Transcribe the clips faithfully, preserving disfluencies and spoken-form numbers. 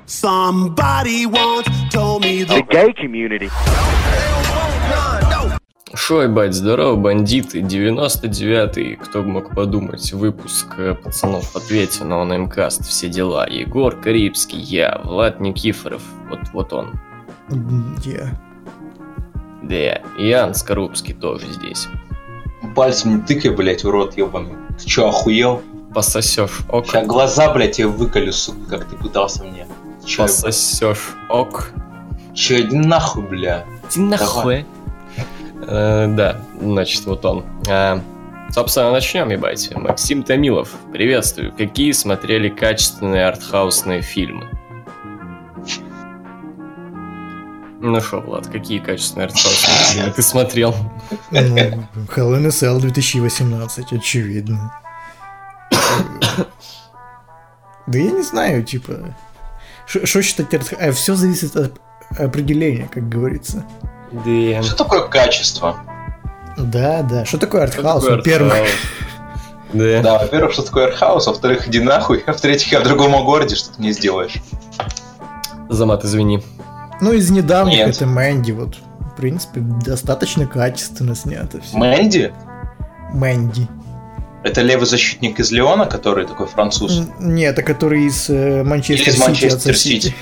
Somebody once told me the gay community. Шо, ебать, здорово, бандиты. девяносто девятый, кто бы мог подумать, выпуск пацанов в ответе на ОНМКаст, все дела. Егор Карибский, я, Влад Никифоров, вот, вот он. Я. Да, Ян Скорубский тоже здесь. Пальцем не тыкай, блять, в рот ебаный. Ты чё, охуел? Пососешь ок. Сейчас глаза, блять, я выколю, сука, как ты пытался мне. Чё, Пососешь ок. Чё, иди нахуй, бля. Иди нахуй. Э, да, значит, вот он. Э, собственно, начнем, ебать. Максим Томилов, приветствую. Какие смотрели качественные артхаусные фильмы? Ну шо, Влад, какие качественные артхаусные фильмы ты смотрел? Ну, Hell in a Cell две тысячи восемнадцать, очевидно. Да я не знаю, типа... Что считать артхаусом? Все зависит от определения, как говорится. Да. Что такое качество? Да, да. Что такое артхаус? Во-первых... Да. Да, во-первых, что такое артхаус, во-вторых, иди нахуй, а в-третьих, я в другом городе, что ты мне сделаешь? Замат, извини. Ну, из недавних Нет. это Мэнди, вот, в принципе, достаточно качественно снято все. Мэнди? Мэнди. Это левый защитник из Леона, который такой француз? Н- Нет, это который из э, Манчестер Или из Сити. Манчестер отца Сити.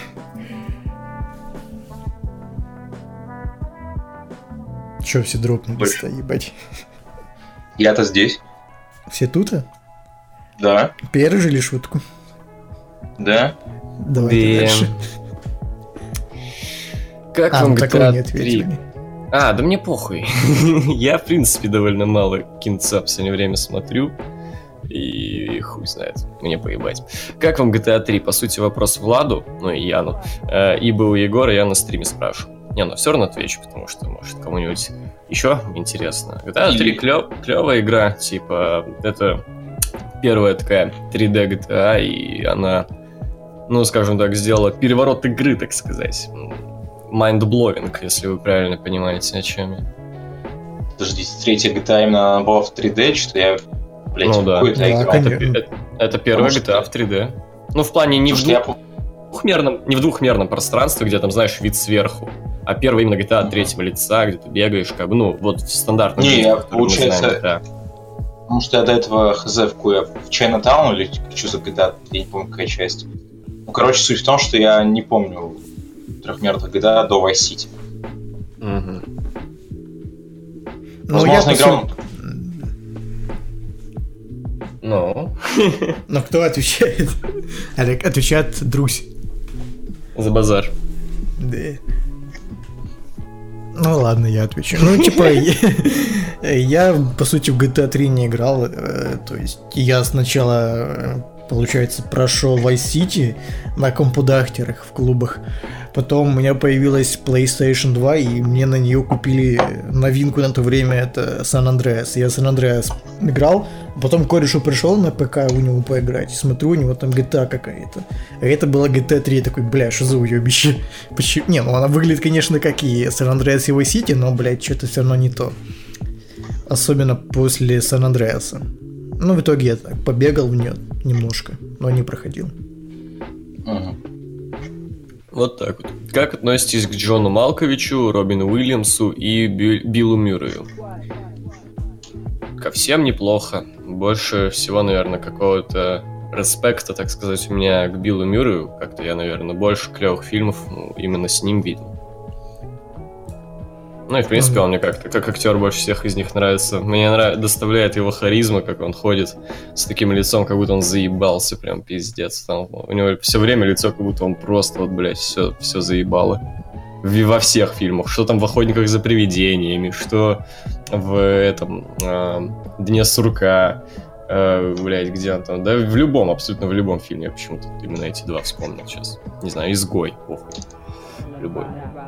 Че все дропнулись-то, ебать? Я-то здесь. Все тут? а? Да, Пережили шутку? да. Давайте Да. дальше. Как А, вам ну такого джи ти не эй три? ответили. А, да мне похуй. Я, в принципе, довольно мало кинца в последнее время смотрю. И хуй знает, мне поебать. Как вам джи ти эй три? По сути, вопрос Владу, ну и Яну. Э, ибо у Егора я на стриме спрашиваю. Не, ну все равно отвечу, потому что, может, кому-нибудь еще интересно. джи ти эй три клев, клевая игра, типа, это первая такая три дэ джи ти эй, и она, ну, скажем так, сделала переворот игры, так сказать. Mind-blowing, если вы правильно понимаете, о чем я. Подождите, третья джи ти эй именно она была в три дэ, что я, блять, Ну в да. какой-то Да, играл. конечно. Это, это, это первая Потому джи ти эй что- в три дэ. Ну, в плане не в, Потому что я двух- пом- двухмерном, не в двухмерном пространстве, где там, знаешь, вид сверху, а первая именно джи ти эй от третьего лица, где ты бегаешь, как бы, ну, вот в стандартном Не, виде, я, который мы получается, знаем, да. Потому что я до этого хз в кое в Чайнатаун или что за джи ти эй, я не помню, какая часть. Ну, короче, суть в том, что я не помню трехмерных джи ти эй до Vice City. Мгм. Ну, я Возможно, по играл... сути- Ну, Но кто отвечает? Олег, отвечает Друзь. за базар. Да. Ну ладно, я отвечу. Ну, типа, я, я, по сути, в джи ти эй три не играл. э, То есть, я сначала, э, получается, прошел Vice City на компудахтерах в клубах. Потом у меня появилась PlayStation два, и мне на нее купили новинку на то время, это San Andreas. Я San Andreas играл, а потом корешу пришел на ПК у него поиграть, и смотрю, у него там джи ти эй какая-то. А это была джи ти эй три, я такой, бля, что за уебище? Почему? Не, ну она выглядит, конечно, как и San Andreas и Vice City, но, блядь, что-то все равно не то. Особенно после San Andreas. Ну, в итоге я так побегал в нее немножко, но не проходил. Мгм. Вот так вот. Как относитесь к Джону Малковичу, Робину Уильямсу и Би- Биллу Мюррею? Ко всем неплохо. Больше всего, наверное, какого-то респекта, так сказать, у меня к Биллу Мюррею. Как-то я, наверное, больше клевых фильмов ну, именно с ним видел. Ну и, в принципе, он мне как-то, как актер больше всех из них нравится. Мне нрав... доставляет его харизма, как он ходит с таким лицом, как будто он заебался, прям пиздец. Там, у него все время лицо, как будто он просто, вот, блядь, все, все заебало. В- Во всех фильмах. Что там в «Охотниках за привидениями», что в этом э, «Дне сурка», э, блядь, где он там, да, в любом, абсолютно в любом фильме. Я почему-то именно эти два вспомнил сейчас. Не знаю, «Изгой», похуй. Любой.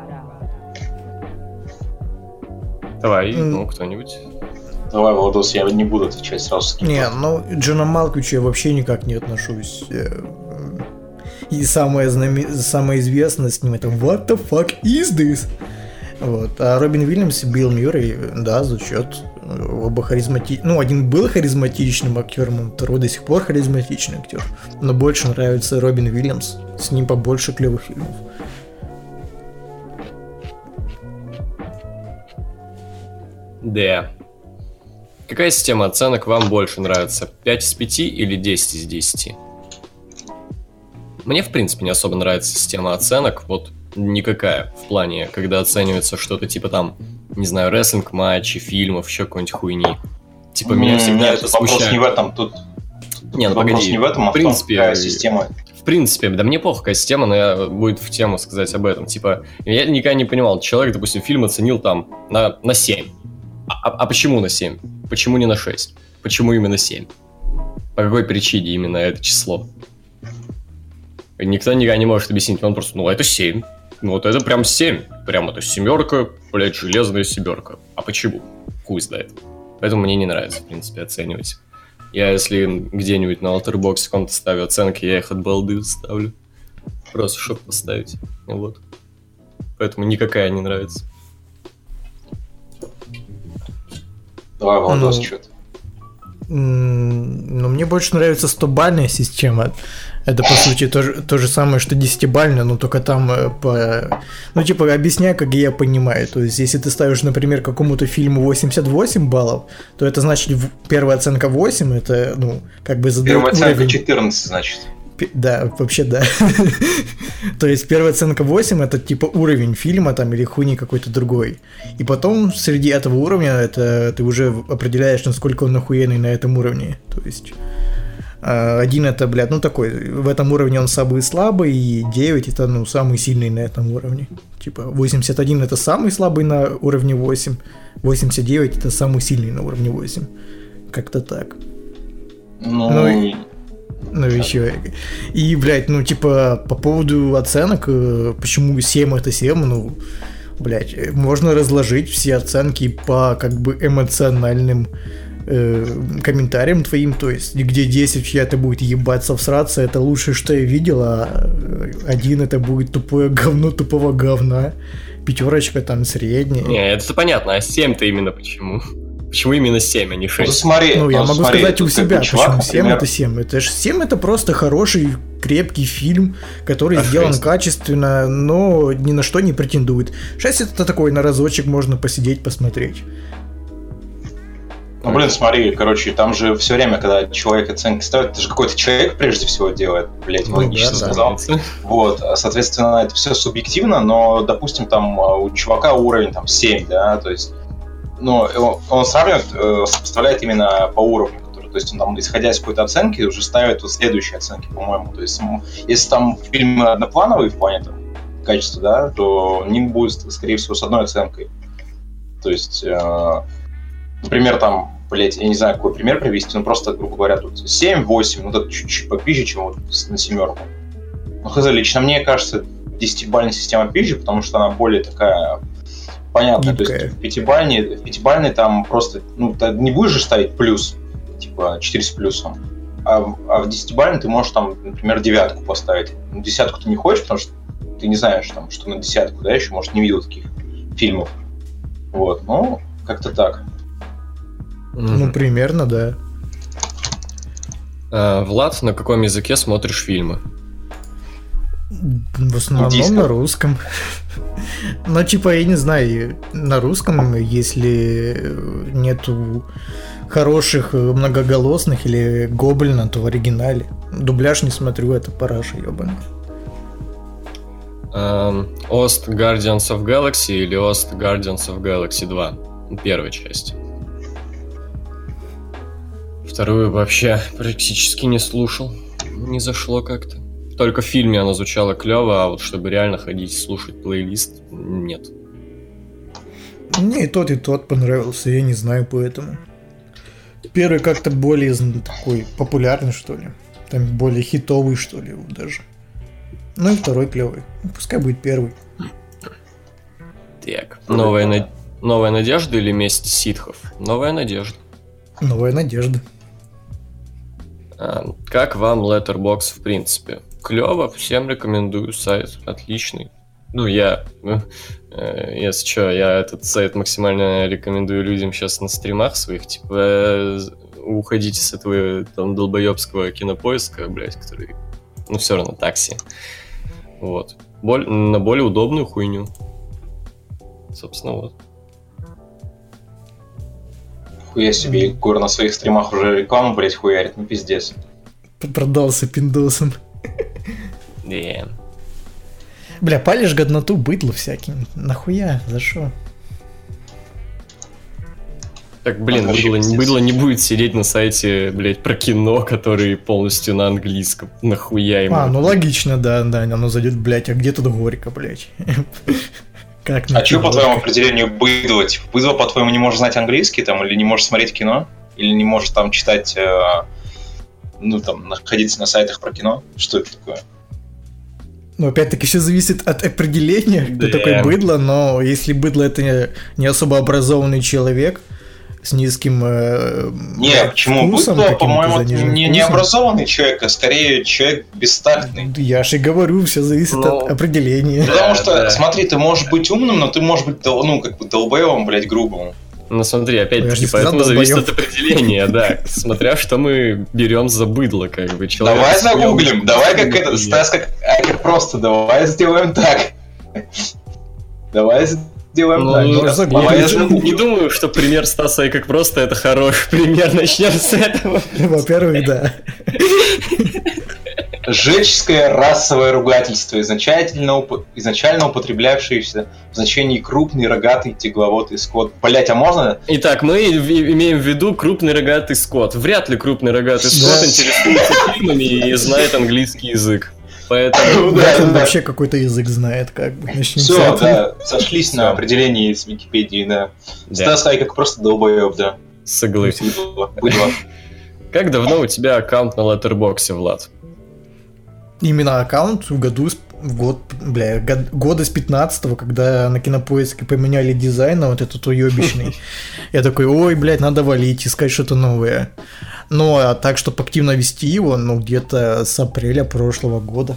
Давай, М. ну, кто-нибудь. Давай, Владос, я не буду отвечать сразу. скипаю. Не, ну, к Джону Малковичу я вообще никак не отношусь. Э, И самое, знаме... самое известное с ним это «What the fuck is this?» Вот. А Робин Уильямс и Билл Мюррей, да, за счет оба харизматичны. Ну, один был харизматичным актером, второй до сих пор харизматичный актер. Но больше нравится Робин Уильямс. С ним побольше клевых фильмов. Да. Какая система оценок вам больше нравится? пять из пяти или десять из десяти? Мне, в принципе, не особо нравится система оценок. Вот никакая. В плане, когда оценивается что-то типа там, не знаю, рестлинг-матчи, фильмов, еще какой-нибудь хуйни. Типа, меня всегда Нет, это вопрос смущает. не в этом. Тут, не, ну, вопрос погоди. не в этом, а в принципе, в том, какая система. В принципе, да мне похуй, какая система, но я будет в тему сказать об этом. Типа, я никогда не понимал, человек, допустим, фильм оценил там на, на семь. А, а почему на семь? Почему не на шесть? Почему именно семь? По какой причине именно это число? Никто никогда не может объяснить. Он просто, ну, это семь. Ну, вот это прям семь. Прям это семерка, блядь, железная семерка. А почему? Хуй знает. Поэтому мне не нравится, в принципе, оценивать. Я, если где-нибудь на Letterboxd каком-то ставлю оценки, я их от балды ставлю. Просто чтобы поставить. Вот. Поэтому никакая не нравится. Давай, Владос, Ну, что-то. М, Ну, мне больше нравится сто-бальная система. Это, по сути, то же, то же самое, что десятибалльная, но только там э, по... Ну, типа, объясняю, как я понимаю. То есть, если ты ставишь, например, какому-то фильму восемьдесят восемь баллов, то это значит, в- первая оценка восемь, это, ну, как бы задает Первая оценка уровень... четырнадцать, значит. Пи- Да, вообще да. То есть первая оценка восемь это типа уровень фильма там или хуйни какой-то другой. И потом среди этого уровня это ты уже определяешь, насколько он охуенный на этом уровне. То есть а, один это, блядь, ну такой, в этом уровне он самый слабый, и девять это, ну, самый сильный на этом уровне. Типа восемьдесят один это самый слабый на уровне восемь, восемьдесят девять это самый сильный на уровне восемь. Как-то так. Ну, Ну и- Ну еще. И, блядь, ну типа по поводу оценок, э, почему семь это семь, ну, блядь, э, можно разложить все оценки по как бы эмоциональным э, комментариям твоим, то есть где десять это будет ебаться всраться, это лучшее, что я видел, а один это будет тупое говно тупого говна, пятерочка там средняя. Не, это понятно, а семь-то именно почему? Почему именно семь, а не ну, шесть? смотри, Ну, я ну, могу смотри, сказать у тут как бы себя, чувак, почему семь например, это семь. Это же семь это просто хороший, крепкий фильм, который А сделан шесть? качественно, но ни на что не претендует. шесть это такой, на разочек можно посидеть, посмотреть. Ну, блин, смотри, короче, там же все время, когда человек оценки ставит, это же какой-то человек прежде всего делает, блять, Ну, логично да, да. сказал. Вот, а, соответственно, это все субъективно, но, допустим, там а, у чувака уровень там семь, да, то есть, ну, он, он сравнивает, э, сопоставляет именно по уровню, который, то есть он там, исходя из какой-то оценки, уже ставит вот следующие оценки, по-моему, то есть, м, если там фильм одноплановый в плане там, качества, да, то ним будет, скорее всего, с одной оценкой. То есть, э, например, там, блять, я не знаю, какой пример привести, ну просто, грубо говоря, тут семь-восемь, ну это чуть-чуть попизже, чем вот на семерку. Ну, хз, лично мне кажется, десятибалльная система пизже, потому что она более такая понятная. Гибкая. То есть в пятибалльной, в пятибалльной там просто, ну, ты не будешь же ставить плюс, типа четыре с плюсом, а в, а в десятибалльной ты можешь там, например, девятку поставить. Ну, десятку ты не хочешь, потому что ты не знаешь, там, что на десятку, да, еще, может, не видел таких фильмов. Вот, ну, как-то так. Ну, примерно, да. А, Влад, на каком языке смотришь фильмы? В основном Индийском. на русском. Но типа, я не знаю, на русском, если нету хороших многоголосных или гоблина, то в оригинале. Дубляж не смотрю, это параша ебаный. Эм, Ост Guardians of Galaxy или Ост Guardians of Galaxy два? Первая часть. Вторую вообще практически не слушал. Не зашло как-то. Только в фильме она звучала клево, а вот чтобы реально ходить слушать плейлист, нет. Мне и тот, и тот понравился, я не знаю поэтому. Первый как-то более зн- такой популярный, что ли. Там более хитовый, что ли, вот даже. Ну и второй клевый. Ну, пускай будет первый. Так. Новая, на- Новая надежда или месть ситхов? Новая надежда. Новая надежда. А, как вам Letterboxd в принципе? Клево, всем рекомендую, сайт отличный. Ну, я... Если что, я этот сайт максимально рекомендую людям сейчас на стримах своих, типа, уходите с этого там долбоебского кинопоиска, блядь, который, ну, все равно такси. Вот. Боль... На более удобную хуйню. Собственно, вот. Хуя себе, Егор на своих стримах уже рекламу, блядь, хуярит, ну пиздец. Продался пиндосом. Yeah. Бля, палишь годноту быдло всяким. Нахуя? За шо? Так, блин, быдло, быдло не будет сидеть на сайте, блядь, про кино, который полностью на английском. Нахуя ему? А, ну логично, да, да, оно зайдет, блядь, а где тут горько, блядь? Как а что по твоему определению быдло? Типа, быдло, по-твоему, не можешь знать английский там, или не можешь смотреть кино? Или не можешь там читать, э, ну там, находиться на сайтах про кино? Что это такое? Ну, опять-таки, все зависит от определения, кто yeah. такой быдло, но если быдло это не особо образованный человек с низким э, Не, почему? Быдло, по-моему, не, не образованный человек, а скорее человек бестактный. Я же и говорю, все зависит ну, от определения. Потому что, да. смотри, ты можешь быть умным, но ты можешь быть, ну, как бы долбоевым, блядь, грубым. Ну смотри, опять-таки, поэтому зависит от определения, да. Смотря что мы берем за быдло, как бы. Давай загуглим, давай как это, Стас, как просто, давай сделаем так. Давай сделаем так. Не думаю, что пример Стаса и как просто это хороший пример, начнем с этого. Во-первых, да. Жеческое расовое ругательство, изначально, уп... изначально употреблявшееся в значении крупный, рогатый, тягловатый скот. Блять, а можно? Итак, мы имеем в виду крупный рогатый скот. Вряд ли крупный рогатый скот да. интересуется фильмами и знает английский язык. Поэтому... Да, он вообще какой-то язык знает, как бы. Все, да, сошлись на определении с Википедии, да. Стас Ай как просто долбоеб, да. Соглы. Как давно у тебя аккаунт на Letterboxd, Влад? Именно аккаунт в году, в год, бля, год, года с пятнадцатого, когда на Кинопоиске поменяли дизайн на вот этот уебищный. Я такой, ой, блядь, надо валить, искать что-то новое. Ну, а так, чтобы активно вести его, ну, где-то с апреля прошлого года.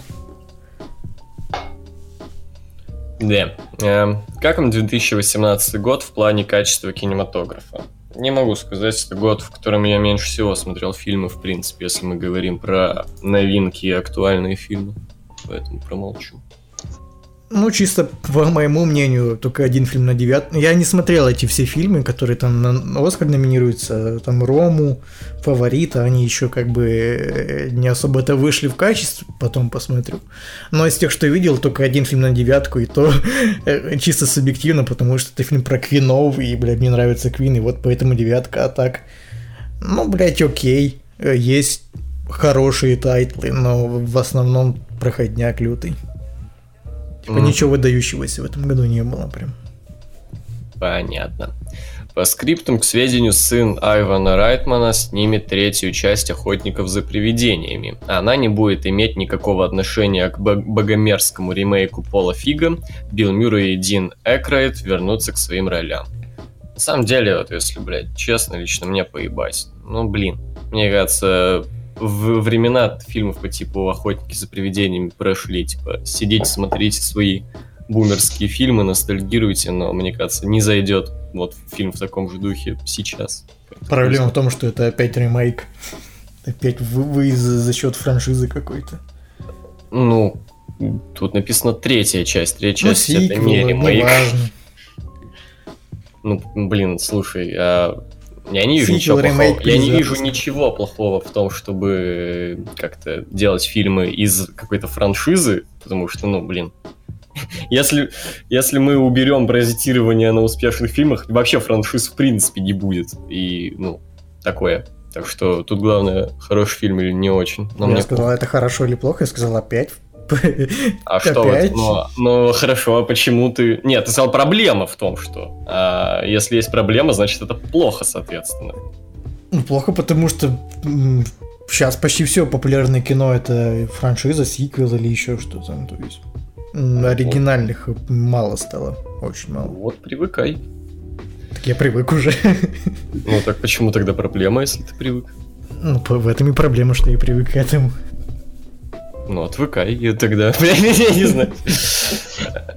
Да. Эм, как вам две тысячи восемнадцатый год в плане качества кинематографа? Не могу сказать, это год, в котором я меньше всего смотрел фильмы, в принципе, если мы говорим про новинки и актуальные фильмы. Поэтому промолчу. Ну, чисто по моему мнению, только один фильм на девятом. Я не смотрел эти все фильмы, которые там на Оскар номинируются. Там Рому, Фаворита, они еще как бы не особо это вышли в качестве, потом посмотрю. Но из тех, что я видел, только один фильм на девятку, и то чисто субъективно, потому что это фильм про Квинов, и, блядь, мне нравится Квин, и вот поэтому девятка, а так... Ну, блядь, окей, есть хорошие тайтлы, но в основном проходняк лютый. Типа mm. ничего выдающегося в этом году не было прям. Понятно. По скриптам, к сведению, сын Айвана Райтмана снимет третью часть «Охотников за привидениями». Она не будет иметь никакого отношения к богомерзкому ремейку Пола Фига. Билл Мюррей и Дин Экройд вернутся к своим ролям. На самом деле, вот если, блядь, честно, лично мне поебать. Ну, блин, мне кажется... В времена фильмов по типу «Охотники за привидениями» прошли, типа, сидите, смотрите свои бумерские фильмы, ностальгируйте, но, мне кажется, не зайдет вот фильм в таком же духе сейчас. Проблема в том, что это опять ремейк. Опять выезд за счет франшизы какой-то. Ну, тут написано третья часть, третья ну, часть сиквел, это не ремейк. Ну, ну, блин, слушай, а... Я не вижу ничего плохого. Я не вижу ничего плохого в том, чтобы как-то делать фильмы из какой-то франшизы, потому что, ну, блин, если, если мы уберем паразитирование на успешных фильмах, вообще франшиз в принципе не будет. И, ну, такое. Так что тут главное, хороший фильм или не очень. Но я мне сказал, это хорошо или плохо, я сказал опять. А что вот? Ну, ну хорошо, а почему ты... Нет, ты сказал, проблема в том, что а, если есть проблема, значит это плохо, соответственно. Ну, плохо, потому что м- сейчас почти все популярное кино это франшиза, сиквел или еще что-то. То есть м- оригинальных вот. Мало стало, очень мало. Вот привыкай. Так я привык уже. Ну так почему тогда проблема, если ты привык? Ну, в этом и проблема, что я привык к этому. Ну, отвыкай, и тогда... Я не знаю.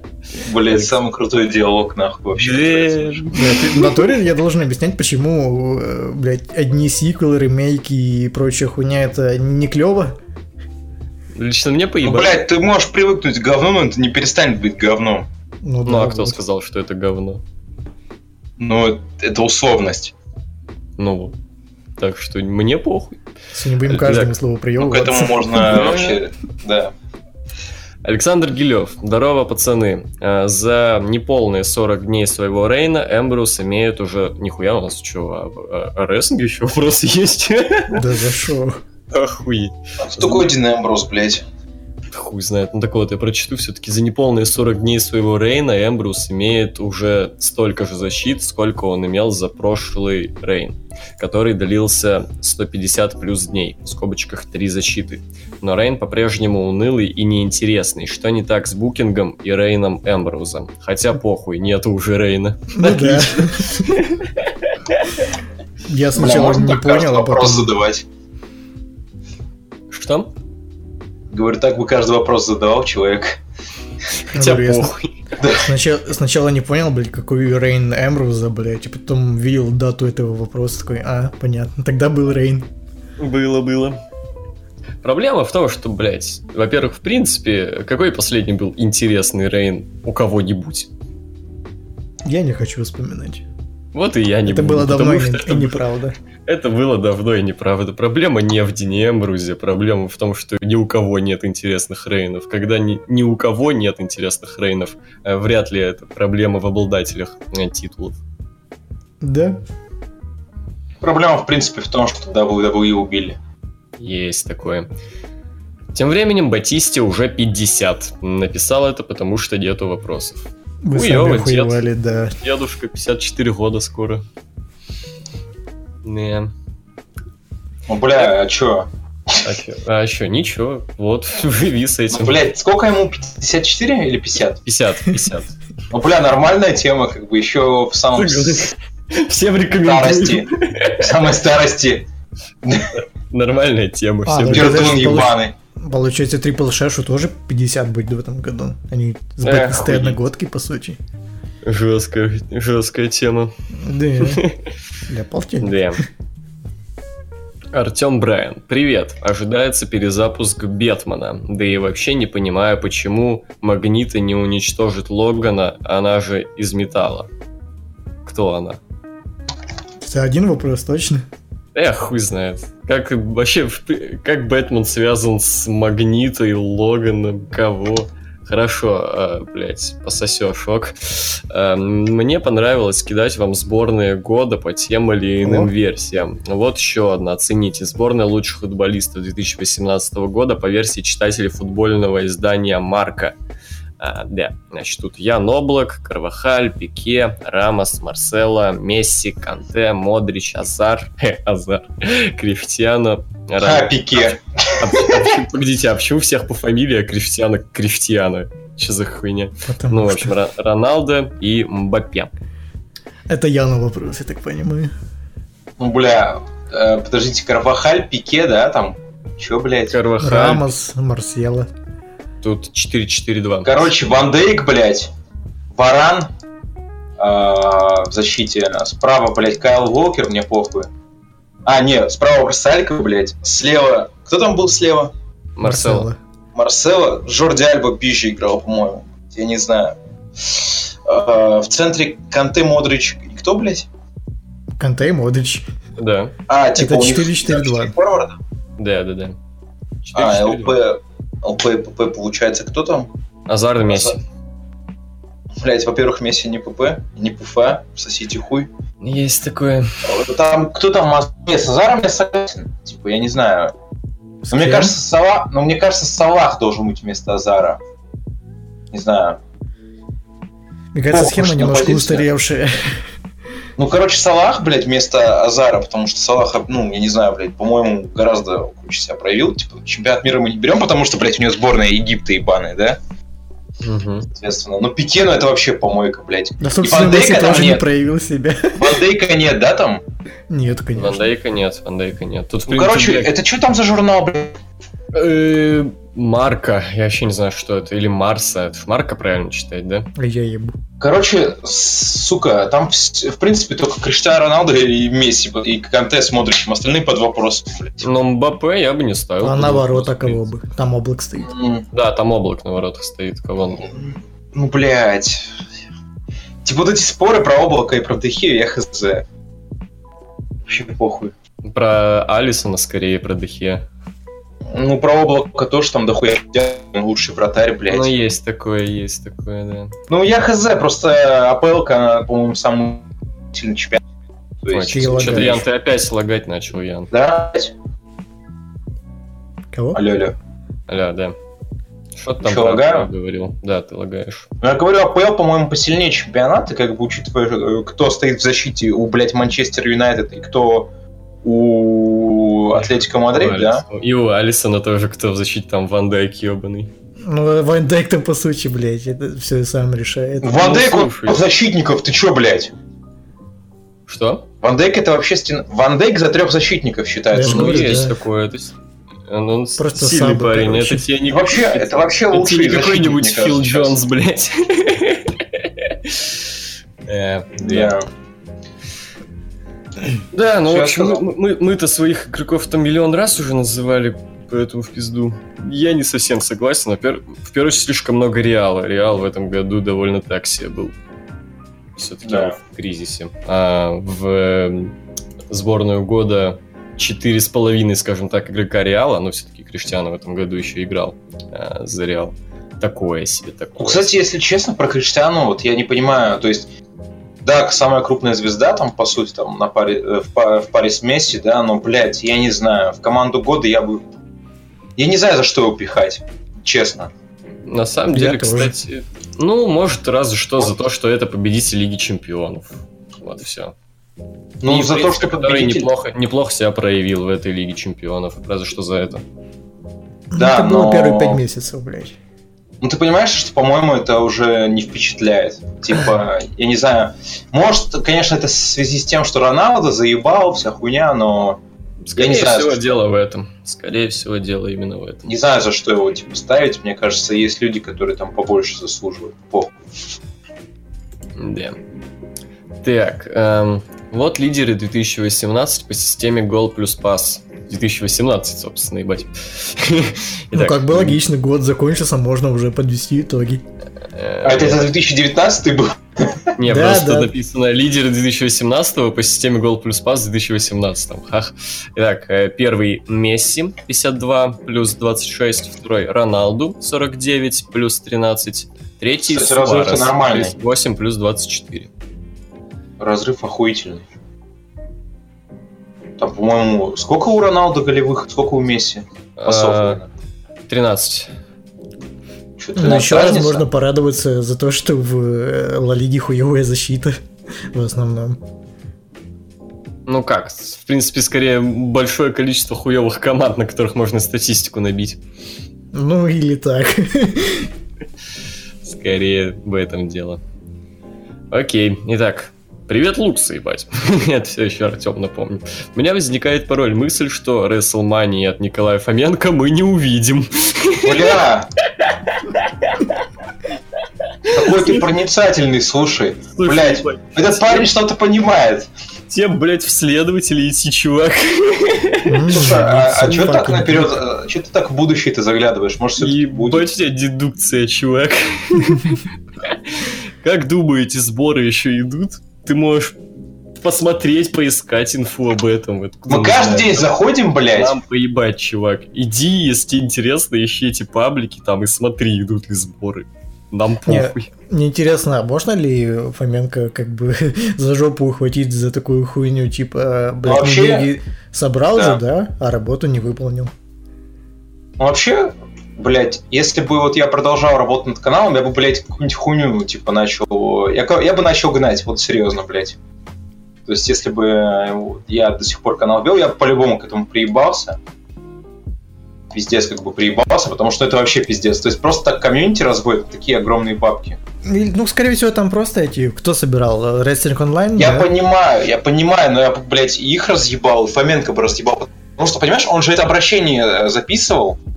Блять, самый крутой диалог, нахуй, вообще. В натуре я должен объяснять, почему, блядь, одни сиквелы, ремейки и прочая хуйня, это не клево. Лично мне поебать. Ну, блядь, ты можешь привыкнуть к говну, но это не перестанет быть говном. Ну, ну да, а кто вот. сказал, что это говно? Ну, это условность. Ну, так что мне похуй. Если не будем каждому слову Ну, к приёбываться. этому можно вообще, да. Александр Гилев. Здорово, пацаны. А, За неполные сорок дней своего рейна Эмбрус имеет уже... Нихуя у нас что, а, а рестлинг еще вопросы есть? Да за шо? Охуеть. Кто такой Дин Эмбрус, блядь? Хуй знает. Ну так вот, я прочту. Все-таки за неполные сорок дней своего рейна Эмбрус имеет уже столько же защит, сколько он имел за прошлый рейн, который длился сто пятьдесят плюс дней, в скобочках три защиты. Но рейн по-прежнему унылый и неинтересный. Что не так с букингом и рейном Эмбруза? Хотя похуй, нету уже рейна. Ну да. Я сначала не понял, а вопрос потом... задавать. Что? Говорю, так бы каждый вопрос задавал человек. Хотя Говорю, я похуй. Сначала, сначала не понял, блядь, какой Рейн Эмбруза, блядь, и потом видел дату этого вопроса, такой, а, понятно, тогда был Рейн. Было, было. Проблема в том, что, блядь, во-первых, в принципе, какой последний был интересный рейн у кого-нибудь? Я не хочу вспоминать. Вот и я не Это буду, было давно и, потому не- что и неправда. Это было давно и неправда. Проблема не в Дине Эмбрузе, проблема в том, что ни у кого нет интересных рейнов. Когда ни, ни у кого нет интересных рейнов, э, вряд ли это проблема в обладателях э, титулов. Да? Проблема, в принципе, в том, что дабл ю дабл ю и убили. Есть такое. Тем временем Батисте уже пятьдесят. Написал это, потому что нету вопросов. Вы Хуёво, сами дед. охуевали, да. Дедушка, пятьдесят четыре года скоро. Не. Ну, бля, а чё? А чё? А чё? Ничего. Вот, живи с этим. Ну, блядь, сколько ему? пятьдесят четыре или пятьдесят? пятьдесят, пятьдесят. Ну, бля, нормальная тема, как бы, еще в самом Всем рекомендую. старости. В самой старости. Нормальная тема. А, Всем ну, рекомендую. Дертун получ- ебаный. Получается, Трипл Шешу тоже пятьдесят будет в этом году. Они с Эх, Батистой охуеть. одногодки, по сути. Жесткая, жесткая тема. Да. Для полтинника. Да. Артем Брайан. Привет. Ожидается перезапуск Бетмана. Да и вообще не понимаю, почему Магнита не уничтожит Логана, она же из металла. Кто она? Это один вопрос, точно? Эх, хуй знает. Как вообще, в при- как Бэтмен связан с Магнитой, Логаном, кого? Хорошо, э, блять, пососешь, ок. Э, мне понравилось кидать вам сборные года по тем или иным О. версиям. Вот еще одна, оцените. Сборная лучших футболистов две тысячи восемнадцатого года по версии читателей футбольного издания Марка. А, да, значит, тут Ян Облак, Карвахаль, Пике, Рамос, Марсело, Месси, Канте, Модрич, Азар, хе, Азар, Криштиану, Ха, Пике. А, а, погодите, а почему всех по фамилии, а Криштиану Криштиану? Что за хуйня? Потому Ну, в что... общем, Ро- Роналдо и Мбаппе. Это Яну вопрос, я так понимаю. Ну, бля, э, подождите, Карвахаль, Пике, да, там? Чё, блядь? Карвахаль. Рамос, Марсело. Тут четыре четыре два. Короче, Ван Дейк, блядь, Варан э, в защите. Справа, блядь, Кайл Уокер, мне похуй. А, нет, справа Салька, блядь. Слева... Кто там был слева? Марсело. Марсело. Жорди Альба пизже играл, по-моему. Я не знаю. Э, в центре Канте, Модрич. И кто, блядь? Канте и Модрич. Да, А, типа Это у них четыре четыре два. форварда? да, да, да. А, четыре четыре два. ЛП... ЛП и ПП получается кто там? Азар и Месси. Блять, во-первых, Месси не ПП, не ПФА, сосите хуй. Есть такое. Там, кто там? Маз- Не, с Азаром я согласен. Типа, я не знаю. С Но мне кем? кажется, Салах, но мне кажется, Салах должен быть вместо Азара. Не знаю. Мне кажется, Похуй, схема что немножко позиция. устаревшая. Ну, короче, Салах, блядь, вместо Азара, потому что Салах, ну, я не знаю, блядь, по-моему, гораздо круче себя проявил. Типа, чемпионат мира мы не берем, потому что, блядь, у него сборная Египта ебаная, да? Мгм. Соответственно. Но Пике, ну, это вообще помойка, блядь. Да, И собственно, Ван Месси Дейка там тоже не нет. проявил себя. Ван Дейка нет, да, там? Нет, Ван конечно. Дейка нет, Ван Дейка нет. Тут, в Ну, принципе, короче, это что там за журнал, блядь? э, Марка, я вообще не знаю, что это, или Марса, это ж Марка правильно читать, да? Я ебу. Короче, сука, там в, в принципе только Криштиану Роналду и Месси, и Канте с Модричем, остальные под вопросом, блядь. Но Мбаппе я бы не ставил. А на ворота кого бы? Там Облак стоит. Mm. Да, там Облак на воротах стоит, кого он... Ну, блядь. Типа вот эти споры про Облака и про Дехию, я хз. Вообще похуй. Про Алисона скорее, про Дехе. Ну, про Облака тоже там дохуя лучший вратарь, блядь. Ну, есть такое, есть такое, да. Ну, я хз, просто АПЛ-ка, по-моему, самый сильный чемпионат. То Ой, есть... что-то, Ян, ты опять лагать начал, Ян. Да? Кого? Алло, алло. Алло, да. Что ты там Чё, про лагаю? АПЛ говорил? Да, ты лагаешь. Ну, я говорю, АПЛ, по-моему, посильнее чемпионата, как бы, учитывая, кто стоит в защите у, блядь, Манчестер Юнайтед и кто у Атлетико Мадрид, да? И у Алисона тоже кто в защите, там Ван Дайк ебаный. Ну, Ван Дайк там, по сути, блядь, это все сам решает. Ван Дайк Ну, от защитников, ты чё, блядь? Что? Ван Дайк это вообще стен... Ван Дайк за трех защитников считается. Я Ну, говорю, есть да. такое. То есть, он, он Просто сильный сабы, парень. короче. Это тебе не... Вообще, это вообще это лучший не какой-нибудь защитник, Фил мне кажется, Джонс, блядь. Э, Да. Да, ну, в Всё общем, сказал. мы- мы- мы-то своих игроков там миллион раз уже называли, поэтому в пизду. Я не совсем согласен. но пер- В первую очередь, слишком много Реала. Реал в этом году довольно так себе был. Все-таки Да. он в кризисе. А в э, сборную года четыре с половиной, скажем так, игрока Реала, но все-таки Криштиану в этом году еще играл а, за Реал. Такое себе, такое. Ну, кстати, если честно, про Криштиану, вот я не понимаю, то есть, да, самая крупная звезда, там, по сути, там, на паре, э, в, па- в паре с Месси, да, но, блядь, я не знаю, в команду года я бы... Я не знаю, за что его пихать, честно. На самом Я деле, тоже. кстати, ну, может, разве что за то, что это победитель Лиги Чемпионов. Вот все. Ну, И, за в то, принципе, что который победитель... неплохо, неплохо себя проявил в этой Лиге Чемпионов. Разве что за это. Да, это было но- первые пять месяцев, блядь. Ну, ты понимаешь, что, по-моему, это уже не впечатляет. Типа, я не знаю, может, конечно, это в связи с тем, что Роналдо заебал, вся хуйня, но... Скорее не знаю, всего, что- дело в этом. Скорее всего, дело именно в этом. Не знаю, за что его, типа, ставить. Мне кажется, есть люди, которые там побольше заслуживают. Похуй. Да. Так, эм, вот лидеры две тысячи восемнадцать по системе гол плюс пас. две тысячи восемнадцать, собственно, ебать. Ну, Итак, как бы логично, год закончился, можно уже подвести итоги. э, А это за две тысячи девятнадцатый был? Не, Да, просто да. написано лидеры две тысячи восемнадцатого по системе гол плюс пас в две тысячи восемнадцатом. Хах. Итак, э, первый Месси пятьдесят два плюс двадцать шесть, второй Роналду сорок девять плюс тринадцать, третий Кстати, разрыв-то Суарес нормальный. тридцать восемь плюс двадцать четыре. Разрыв охуительный. Там, по-моему, сколько у Роналду голевых, сколько у Месси? Пасов, А, наверное. тринадцать. Чё, Ну, еще раз разница? можно порадоваться за то, что в э, Ла Лиге хуевая защита в основном. Ну как, в принципе, скорее большое количество хуевых команд, на которых можно статистику набить. Ну, или так. Скорее в этом дело. Окей, итак. Привет, Лукса, ебать. Это все еще Артем напомню. У меня возникает порой мысль, что WrestleMania от Николая Фоменко мы не увидим. Бля! Какой ты проницательный, слушай. Слушай, Блядь, ебать, этот парень что-то понимает. Тебе, блядь, в следователи идти, чувак. Слушай, а, а М, что так fucking наперед, что ты так в будущее ты заглядываешь? Может, все-таки будет? Ебать у тебя дедукция, чувак. Как думаете, сборы еще идут? Ты можешь посмотреть, поискать инфу об этом. Откуда Мы мы каждый знаем? день заходим, блядь. Нам поебать, чувак. Иди, если тебе интересно, ищи эти паблики там и смотри, идут ли сборы. Нам Не, похуй. Мне интересно, а можно ли Фоменко как бы за жопу ухватить за такую хуйню, типа, блядь, ну, Вообще, деньги собрал да. же, да, а работу не выполнил. Ну, вообще, блядь, если бы вот я продолжал работать над каналом, я бы, блядь, какую-нибудь хуйню, типа, начал... Я, я бы начал гнать, вот серьезно, блядь. То есть, если бы я до сих пор канал вел, я бы по-любому к этому приебался. Пиздец, как бы приебался, потому что это вообще пиздец. То есть, просто так комьюнити разводят такие огромные бабки. Или, ну, скорее всего, там просто эти, кто собирал, Wrestling Online, Я да? понимаю, я понимаю, но я, блядь, их разъебал, и Фоменко бы разъебал. Потому что, понимаешь, он же это обращение записывал,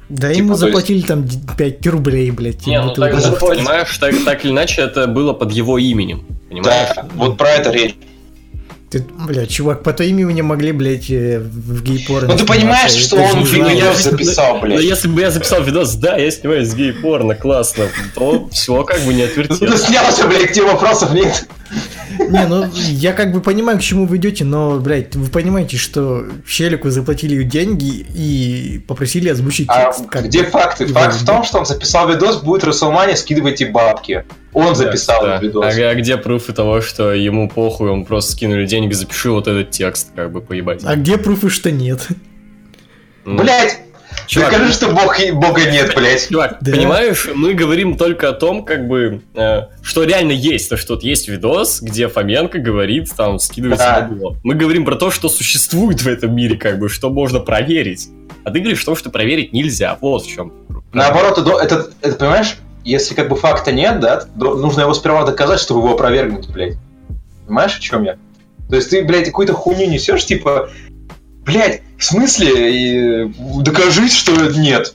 Да Типа, ему то заплатили там пять рублей, блядь. Не, ну ему так, туда- ну, понимаешь, так, так или иначе это было под его именем. Понимаешь? Да, вот про это речь. Ты, блядь, чувак, по твоему имени могли, блядь, э, в гей-порно. Ну ты понимаешь, сниматься, что ты же он не знал. видос записал, Но блядь. если бы я записал видос, да, я снимаюсь с гей-порно, классно, то все как бы не Ну ты отвертел. снялся, блядь, где вопросов нет. Не, ну я как бы понимаю, к чему вы идете, но, блядь, вы понимаете, что челику заплатили деньги и попросили озвучить А текст. как где бы. факты? И Факт вы- в том, что он записал видос, будет Расселмания, скидывайте бабки. Он записал Да. этот видос. А, а где пруфы того, что ему похуй, он просто скинули деньги, запиши вот этот текст, как бы поебать. А где пруфы, что нет? Ну, Блять, чувак, докажи, что бог, бога нет, блять. Чувак, Да. понимаешь, мы говорим только о том, как бы, э, что реально есть. То, что вот есть видос, где Фоменко говорит, там, скидывается Да. бабло. Мы говорим про то, что существует в этом мире, как бы, что можно проверить. А ты говоришь, что, что проверить нельзя. Вот в чем. Наоборот, это, это, это, понимаешь, если как бы факта нет, да, то нужно его сперва доказать, чтобы его опровергнуть, блядь. Понимаешь, о чем я? То есть ты, блядь, какую-то хуйню несешь, типа, блядь, в смысле, и, докажи, что нет.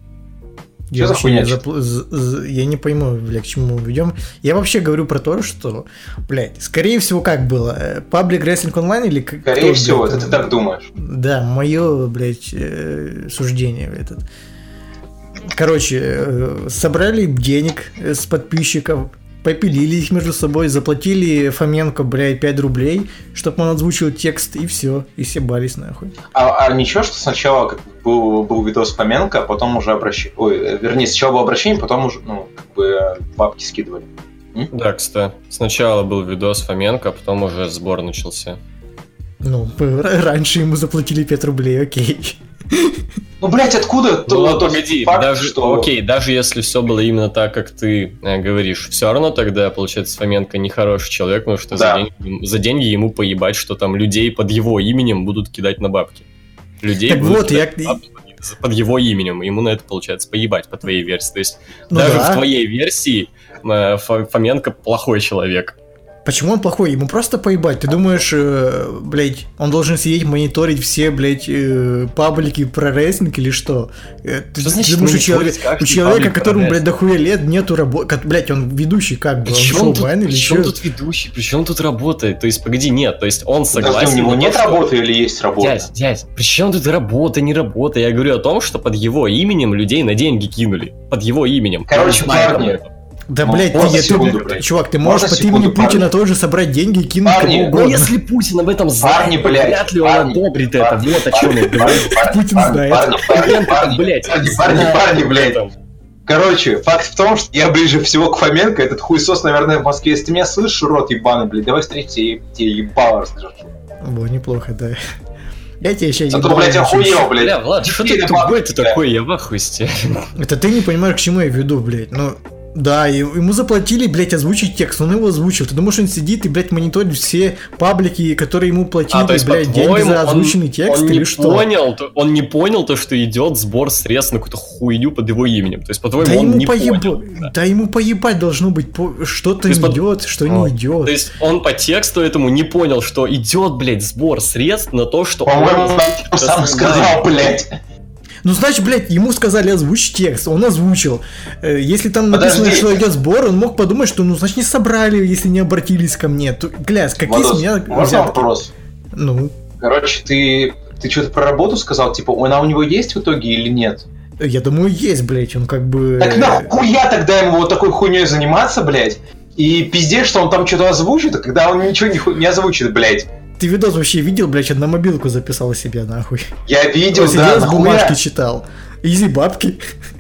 Я за вообще хуйня, не запл- з- з- я не пойму, бля, к чему мы ведем. Я вообще говорю про то, что, блядь, скорее всего, как было? э, Public Wrestling Online или к- Скорее кто, всего, блядь, это ты так думаешь. Да, мое, блядь, э, суждение этот. Короче, э, собрали денег э, с подписчиков, попилили их между собой, заплатили Фоменко, блядь, пять рублей, чтобы он озвучил текст, и все, и съебались нахуй. А, а ничего, что сначала как бы, был, был видос Фоменко, а потом уже обращение... Ой, э, вернее, сначала было обращение, потом уже, ну, как бы, бабки скидывали. Да, кстати. Сначала был видос Фоменко, а потом уже сбор начался. Ну, р- раньше ему заплатили пять рублей, окей. Ну, блядь, откуда Ну, то- вот тот погоди, факт, даже, что... окей, даже если все было именно так, как ты э, говоришь, все равно тогда, получается, Фоменко нехороший человек, потому что Да. за, деньги, за деньги ему поебать, что там людей под его именем будут кидать на бабки. Людей Так будут вот, я- кидать на бабки под- под его именем, ему на это, получается, поебать по твоей версии. То есть Ну даже да. в твоей версии э, Фо- Фоменко плохой человек. Почему он плохой? Ему просто поебать. Ты думаешь, э, блядь, он должен сидеть мониторить все, блядь, э, паблики про рестлинг или что? Э, ты, Что значит ты думаешь, у, мониторить человека, каждый у человека, паблик про которому, блядь, рестлинг? дохуя лет, нету работы. Блядь, он ведущий как бы? Он Причем тут, шоумен или причем что? тут ведущий, причем тут работает? То есть, погоди, нет, то есть он Подожди, согласен. у него на то, нет что- работы или есть работа? Дядь, дядь, при чем тут работа, не работа? Я говорю о том, что под его именем людей на деньги кинули. Под его именем. Короче, Он знает парни, об этом. Да, Ну, блядь, можно ты, ты, секунду, ты- блядь? чувак, ты Можно можешь под секунду, имени Путина парни? тоже собрать деньги и кинуть Парни, кому Ну, угодно. если Путин об этом знает, Парни, блядь, вряд ли он парни, одобрит это. парни, Вот о чем я парни, говорю. парни, Путин парни, знает. парни, парни, Фоменко, парни, блядь, парни, парни, знает парни, об блядь. этом. Короче, факт в том, что я ближе всего к Фоменко, этот хуесос, наверное, в Москве. Если ты меня слышишь, рот ебаный, блядь, давай встретимся и тебе ебало расскажу. Во, неплохо, да. Я тебе еще А то, блядь, охуел, блядь. Бля, Влад, что ты Иди на тупой бабки, ты бля. такой? Я в ахуе с тебя. Это ты не понимаешь, к чему я веду, блядь. Ну, да, и- ему заплатили, блядь, озвучить текст, он его озвучил. Ты думаешь, он сидит и, блядь, мониторит все паблики, которые ему платили, А, то есть, блядь, деньги по-твоему, за озвученный он, текст он или не что? Понял, то- он не понял то, что идет сбор средств на какую-то хуйню под его именем. То есть, по-твоему, Да он ему, не поеб... понял. Да. да ему поебать должно быть, по- что-то То есть, под- идет, что А, не идет. То есть он по тексту этому не понял, что идет, блядь, сбор средств на то, что По-моему, он... он сам сказал, блядь. Ну, значит, блядь, ему сказали озвучить текст, он озвучил. Э, Если там написано, Подожди. что идет сбор, он мог подумать, что, ну, значит, не собрали, если не обратились ко мне. То, бля, с какие с Владос, меня можно взятки? вопрос? Ну, Короче, ты, ты что-то про работу сказал? Типа, она у него есть в итоге или нет? я думаю, есть, блядь, он как бы... Так нахуя тогда ему вот такой хуйней заниматься, блядь? И пиздец, что он там что-то озвучит, а когда он ничего не, ху- не озвучит, блядь. Ты видос вообще видел, блядь, на мобилку записал себе, нахуй. Я видел, Он сидел да, с нахуя? бумажки читал. Изи бабки.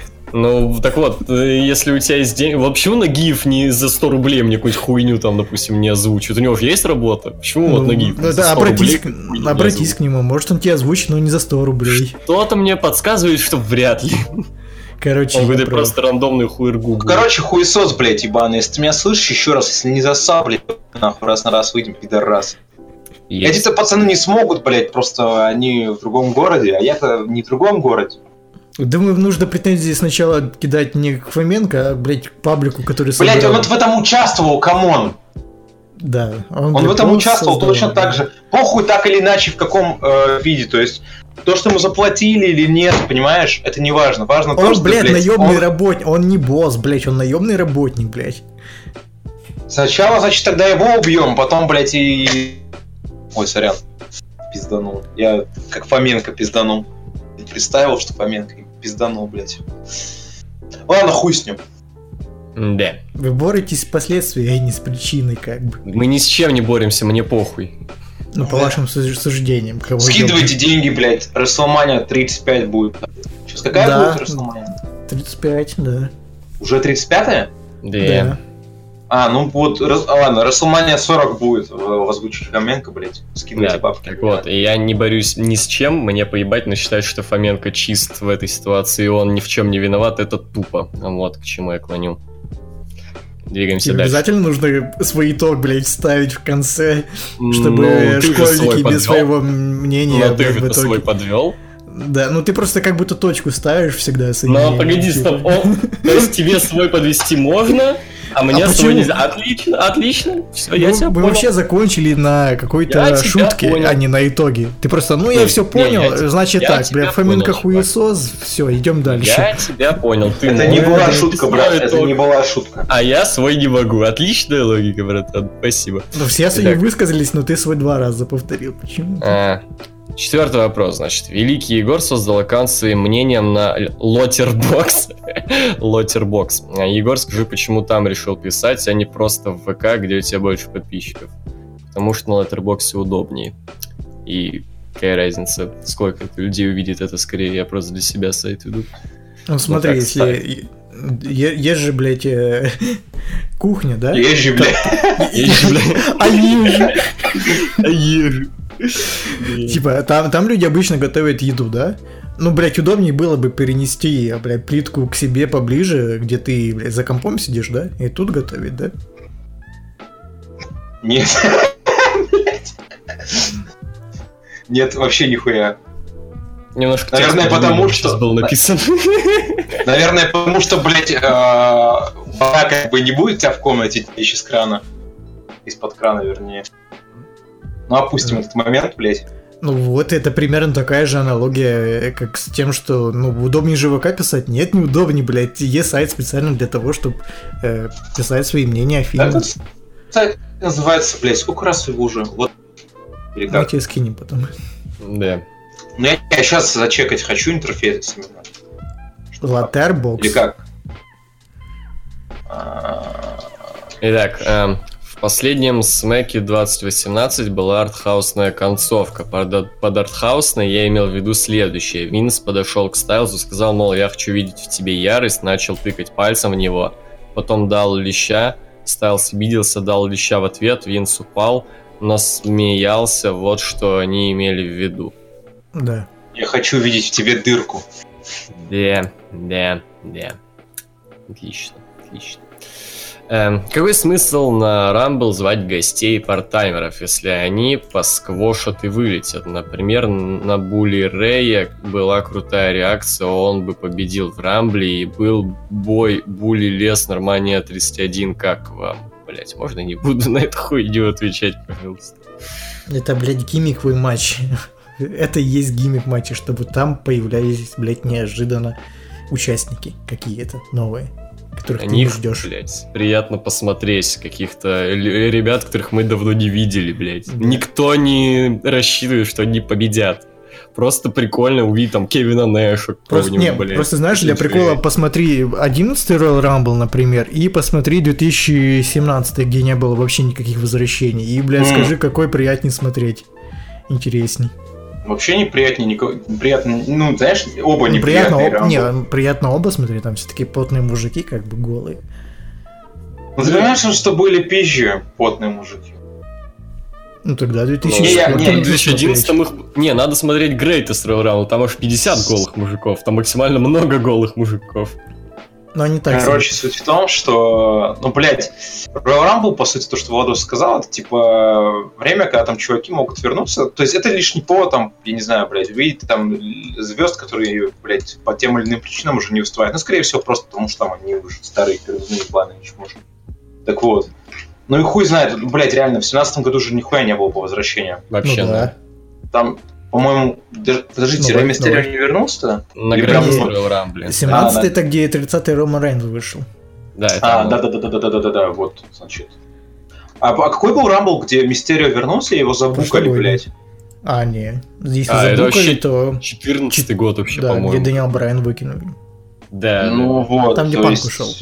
Ну, так вот, э, если у тебя есть деньги... Почему Нагиев не за сто рублей мне какую-нибудь хуйню там, допустим, не озвучит? У него же есть работа? Почему вот Ну, Нагиев ну, за да, сто обратись, рублей к- какую-нибудь не обратись озвучит? к нему, может он тебе озвучит, но не за сто рублей. Что-то мне подсказывает, что вряд ли. Короче, Он я какой-то прав. просто рандомный хуйргу. будет. Короче, хуесос, блядь, ебаный. Если ты меня слышишь еще раз, если не засал, блядь, нахуй раз на раз выйдем, пидорас. Есть. Эти-то пацаны не смогут, блядь, просто они в другом городе, а я-то не в другом городе. Думаю, нужно претензии сначала кидать не к Фоменко, а, блядь, к паблику, который Блядь, собирал. он вот в этом участвовал, камон. Да. Он, он в этом участвовал создал, точно да. так же. Похуй так или иначе в каком э, виде. То есть то, что ему заплатили или нет, понимаешь, это не важно. Важно он, то, что, блядь, блядь, наемный он... работник. Он не босс, блядь, он наемный работник, блядь. Сначала, значит, тогда его убьем, потом, блядь, и... Ой, сорян. Пизданул. Я как Фоменко пизданул. Ты представил, что Фоменко пизданул, блядь. Ладно, хуй с ним. Да. Вы боретесь с последствиями, а не с причиной, как бы. Мы ни с чем не боремся, мне похуй. Ну, по да. вашим суждениям. Кого скидывайте делать? Деньги, блядь. WrestleMania тридцать пять будет. Сейчас какая да, будет WrestleMania? тридцать пять, да. Уже тридцать пятая? Да. да. А, ну вот, ладно, WrestleMania сорок будет в озвучке Фоменко, блядь. Скидывайте да, бабки. Так вот, и я не борюсь ни с чем, мне поебать, но считаю, что Фоменко чист в этой ситуации, и он ни в чем не виноват, это тупо. Вот к чему я клоню. Двигаемся Тебе дальше. Обязательно нужно свой итог, блядь, вставить в конце, чтобы ну, школьники без своего мнения... Но ты же свой подвел. Да, ну ты просто как будто точку ставишь всегда. Ну, погоди, стоп. О, то есть тебе свой подвести можно, а мне а свой нельзя. Отлично, отлично. Все, ну, я тебя мы понял. вообще закончили на какой-то шутке, а не на итоге. Ты просто, ну, я не, все понял, не, я значит я так, бля, Фоменко хуесос, все, идем дальше. Я тебя понял. Ты это не была шутка, брат, это не была шутка. А я свой не могу. Отличная логика, братан, спасибо. Ну, все свои высказались, но ты свой два раза повторил. Почему? Четвертый вопрос, значит. Великий Егор создал аккаунт своим мнением на Лотербокс. Лотербокс. Егор, скажи, почему там решил писать, а не просто в ВК, где у тебя больше подписчиков? Потому что на Лотербоксе удобнее. И какая разница, сколько людей увидит это, скорее я просто для себя сайт веду. Ну смотри, ну, если... Есть же, блядь, э... кухня, да? Есть же, блядь. Есть же, блядь. А ежи. А ежи. Типа, там, там люди обычно готовят еду, да? Ну, блядь, удобнее было бы перенести, блядь, плитку к себе поближе, где ты, блядь, за компом сидишь, да? И тут готовить, да? Нет. Нет, вообще нихуя. Немножко наверное, потому что... был написан. Наверное, потому что, блядь, вода как бы не будет у тебя в комнате течь из крана. Из-под крана, вернее. Ну, опустим этот момент, блядь. Ну вот, это примерно такая же аналогия, как с тем, что, ну, удобнее же ВК писать. Нет, неудобнее, блядь. Есть сайт специально для того, чтобы э, писать свои мнения о фильме. Этот сайт называется, блядь, сколько раз его уже? Вот. Или как? Мы тебе скинем потом. Да. Ну, я, я сейчас зачекать хочу интерфейс именно. Лотербокс. Или как? Итак, эм... в последнем смеке двадцать восемнадцать была артхаусная концовка. Под, под артхаусной я имел в виду следующее. Винс подошел к Стайлзу, сказал, мол, я хочу видеть в тебе ярость, начал тыкать пальцем в него. Потом дал леща, Стайлз обиделся, дал леща в ответ, Винс упал, но смеялся, вот что они имели в виду. Да. Я хочу видеть в тебе дырку. Да, да, да. Отлично, отлично. Эм, какой смысл на Rumble звать гостей парттаймеров, если они посквошат и вылетят? Например, на Булли Рэя была крутая реакция, он бы победил в Рамбле, и был бой Булли Леснер Мания тридцать один. Как вам? Блять, можно не буду на эту хуйню отвечать, пожалуйста? Это, блядь, гиммиковый матч. Это и есть гиммик матча, чтобы там появлялись, блядь, неожиданно участники какие-то новые, которых на ты них, не ждешь. Блядь, приятно посмотреть каких-то ребят, которых мы давно не видели, блядь. Да. Никто не рассчитывает, что они победят. Просто прикольно увидеть там Кевина Нэша. Просто, не, блядь, просто знаешь, для прикола посмотри одиннадцатый Royal Rumble, например, и посмотри две тысячи семнадцатый, где не было вообще никаких возвращений. И, блядь, mm. скажи, какой приятнее смотреть. Интересней. Вообще неприятнее, никого, неприятно, ну, знаешь, оба ну, неприятные. Приятно, об, не, приятно оба, смотри, там все такие потные мужики, как бы голые. Ну, ты понимаешь, что были пизже потные мужики? Ну, тогда две тысячи одиннадцатом их... Не, надо смотреть Greatest Royal Rumble, там аж пятьдесят голых мужиков, там максимально много голых мужиков. Но они так Короче, себе. Суть в том, что, ну, блядь, Royal Rumble, по сути, то, что Владос сказал, это, типа, время, когда там чуваки могут вернуться. То есть это лишний повод, там, я не знаю, блядь, увидеть там звезд, которые, блядь, по тем или иным причинам уже не выступают. Ну, скорее всего, просто потому, что там они уже старые, передвижные планы, ничего может. Так вот, Ну и хуй знает, блядь, реально, в семнадцатом году же нихуя не было по возвращению. Вообще, Ну да. да. Там, по-моему, даже- подождите, Ну, Рэй ну, Мистерио ну. не вернулся-то? На Или границе прям- Royal Rumble. семнадцатый А, это где тридцатый Рома Рейнс вышел. Да, это А, он. да-да-да-да-да-да-да, вот, значит. А, а какой был Рамбл, где Мистерио вернулся и его забукали, Прошлогодний. блядь? А, не. Если А, это забукали, вообще то... четырнадцатый год вообще, Да, где по-моему. Дэниел Брайан выкинули. Да, Ну вот, Там, где то Панк есть- ушел.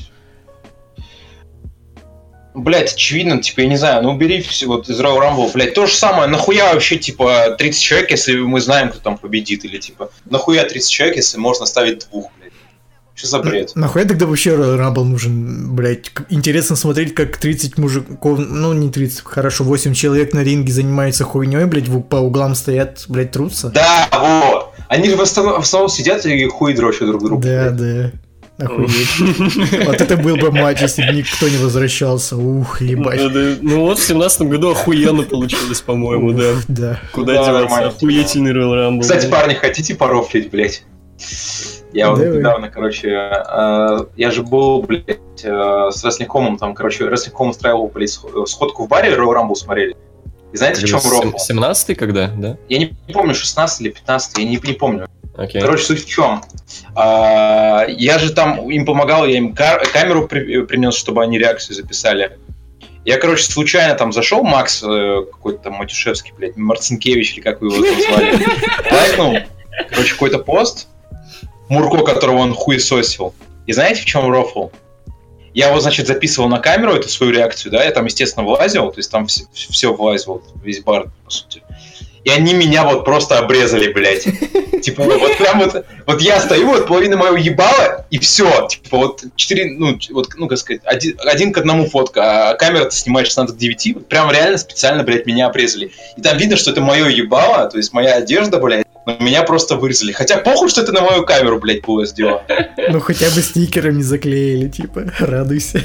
Блять, очевидно, типа, я не знаю, ну убери все вот из Royal Rumble, блять, то же самое, нахуя вообще, типа, тридцать человек, если мы знаем, кто там победит, или, типа, нахуя тридцать человек, если можно ставить двух, блядь. Что за бред? Нахуя тогда вообще Royal Rumble нужен, блять? К- Интересно смотреть, как тридцать мужиков, ну не тридцать, хорошо, восемь человек на ринге занимаются хуйней, блять, в- по углам стоят, блять, трутся. Да, вот. Они же в основном, в основном сидят и хуй дрочат друг другу. Да, блядь. да. Охуеть. Вот это был бы матч, если бы никто не возвращался. Ух, ебать. Ну, да, ну вот в семнадцатом году охуенно получилось, по-моему, да. Ух, да. Куда Да, деваться? нормально. Охуительный Royal Rumble. Кстати, парни, хотите порофлить, блядь? Я вот Давай. недавно, короче, э, я же был, блядь, э, с Рестлингкомом, там, короче, Рестлингком устраивал, блядь, сх- сходку в баре, Royal Rumble смотрели. И знаете, в чем рофл? семнадцатый когда, да? Я не помню, шестнадцатый или пятнадцатый, я не, не помню. Окей. Короче, суть в чем? А, я же там им помогал, я им кар- камеру при- принес, чтобы они реакцию записали. Я, короче, случайно там зашел, Макс, э, какой-то там Матюшевский, блядь, Марцинкевич, или как вы его там звали, лайкнул, короче, какой-то пост, Мурко, которого он хуесосил. И знаете, в чем рофл? Я его, значит, записывал на камеру, эту свою реакцию, да, я там, естественно, вылазил, то есть там все, все вылазил, весь бар, по сути. И они меня вот просто обрезали, блядь. Типа, вот прям вот, вот я стою, вот половина моего ебала, и все. Типа, вот четыре, ну, вот, ну, как сказать, один, один к одному фотка, а камера-то снимает шестнадцать к девяти. Вот прям реально специально, блядь, меня обрезали. И там видно, что это мое ебало, то есть моя одежда, блядь, но меня просто вырезали. Хотя похуй, что это на мою камеру, блядь, было сделано. Ну хотя бы стикерами заклеили, типа, радуйся.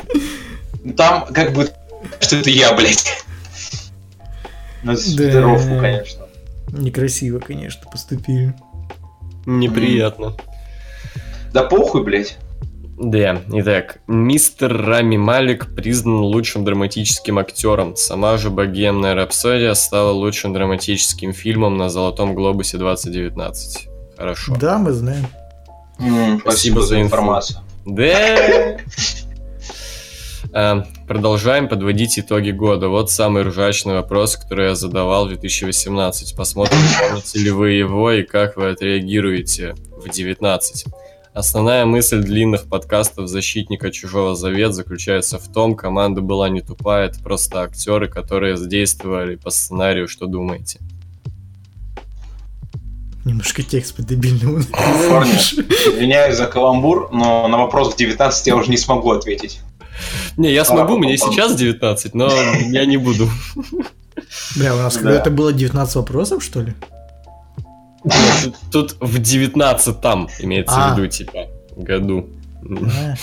Там как бы, что это я, блядь. Ну, это Да. здоровку, конечно. Некрасиво, конечно, поступили. Неприятно. Да похуй, блядь. Да, итак, мистер Рами Малик признан лучшим драматическим актером. Сама же «Богемная рапсодия» стала лучшим драматическим фильмом на «Золотом глобусе» двадцать девятнадцать. Хорошо. Да, мы знаем. М, Спасибо Спасибо за за инфу. информацию. Да. А, Продолжаем подводить итоги года. Вот самый ржачный вопрос, который я задавал в две тысячи восемнадцать. Посмотрим, помните ли вы его и как вы отреагируете в девятнадцать. Основная мысль длинных подкастов «Защитника чужого завет» заключается в том, команда была не тупая, это просто актеры, которые задействовали по сценарию. Что думаете? Немножко текст по-дебильному. Парни, извиняюсь за каламбур, но на вопрос в девятнадцать я уже не смогу ответить. Не, я смогу, А, мне и пам-пам. сейчас девятнадцать, но я не буду. Бля, у нас Да. когда-то было девятнадцать вопросов, что ли? Тут, тут в девятнадцатом имеется А. в виду, типа, году. А,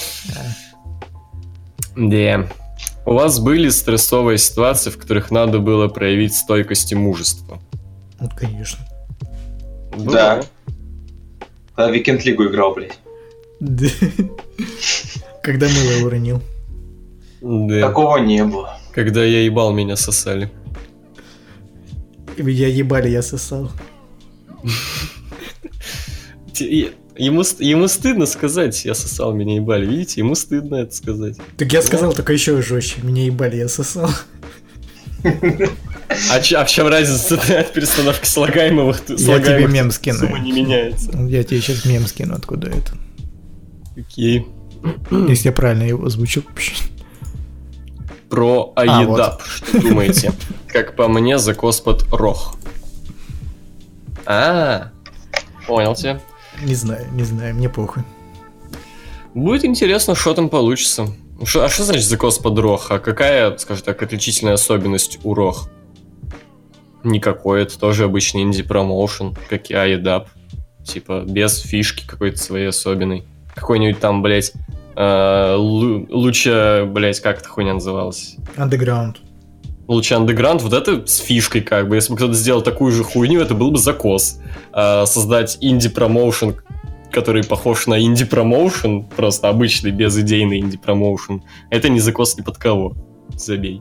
Да. У вас были стрессовые ситуации, в которых надо было проявить стойкость и мужество? ну, конечно. Да. Когда в Weekend Лигу играл, блядь. Да. Когда мыло уронил. Да. Такого не было. Когда я ебал, меня сосали. Я ебали, я сосал. Те- Ему, ст- ему стыдно сказать, я сосал, меня ебали. Видите, ему стыдно это сказать. Так я сказал только еще жестче. Меня ебали, я сосал. А, ч- а в чем разница от перестановки слагаемых? Я тебе слагаемых мем скину. сумма не меняется. Я тебе сейчас мем скину, откуда это. Окей. Если я правильно его озвучил вообще. Про А, Аедап. Что думаете? Как по мне, за Господ Рох. А, понял тебя. Не знаю, не знаю, мне похуй. Будет интересно, что там получится. Шо- а что значит за Господ Рох? А какая, скажем так, отличительная особенность у Рох? Никакой, это тоже обычный инди-промоушен, как и Аедап. Типа, без фишки какой-то своей особенной. Какой-нибудь там, блядь, э, лу- луча, блядь, как эта хуйня называлась? Underground. Лучше андеграунд, вот это с фишкой, как бы. Если бы кто-то сделал такую же хуйню, это был бы закос. А создать инди-промоушен, который похож на инди-промоушен, просто обычный, безидейный инди-промоушен, это не закос ни под кого. Забей.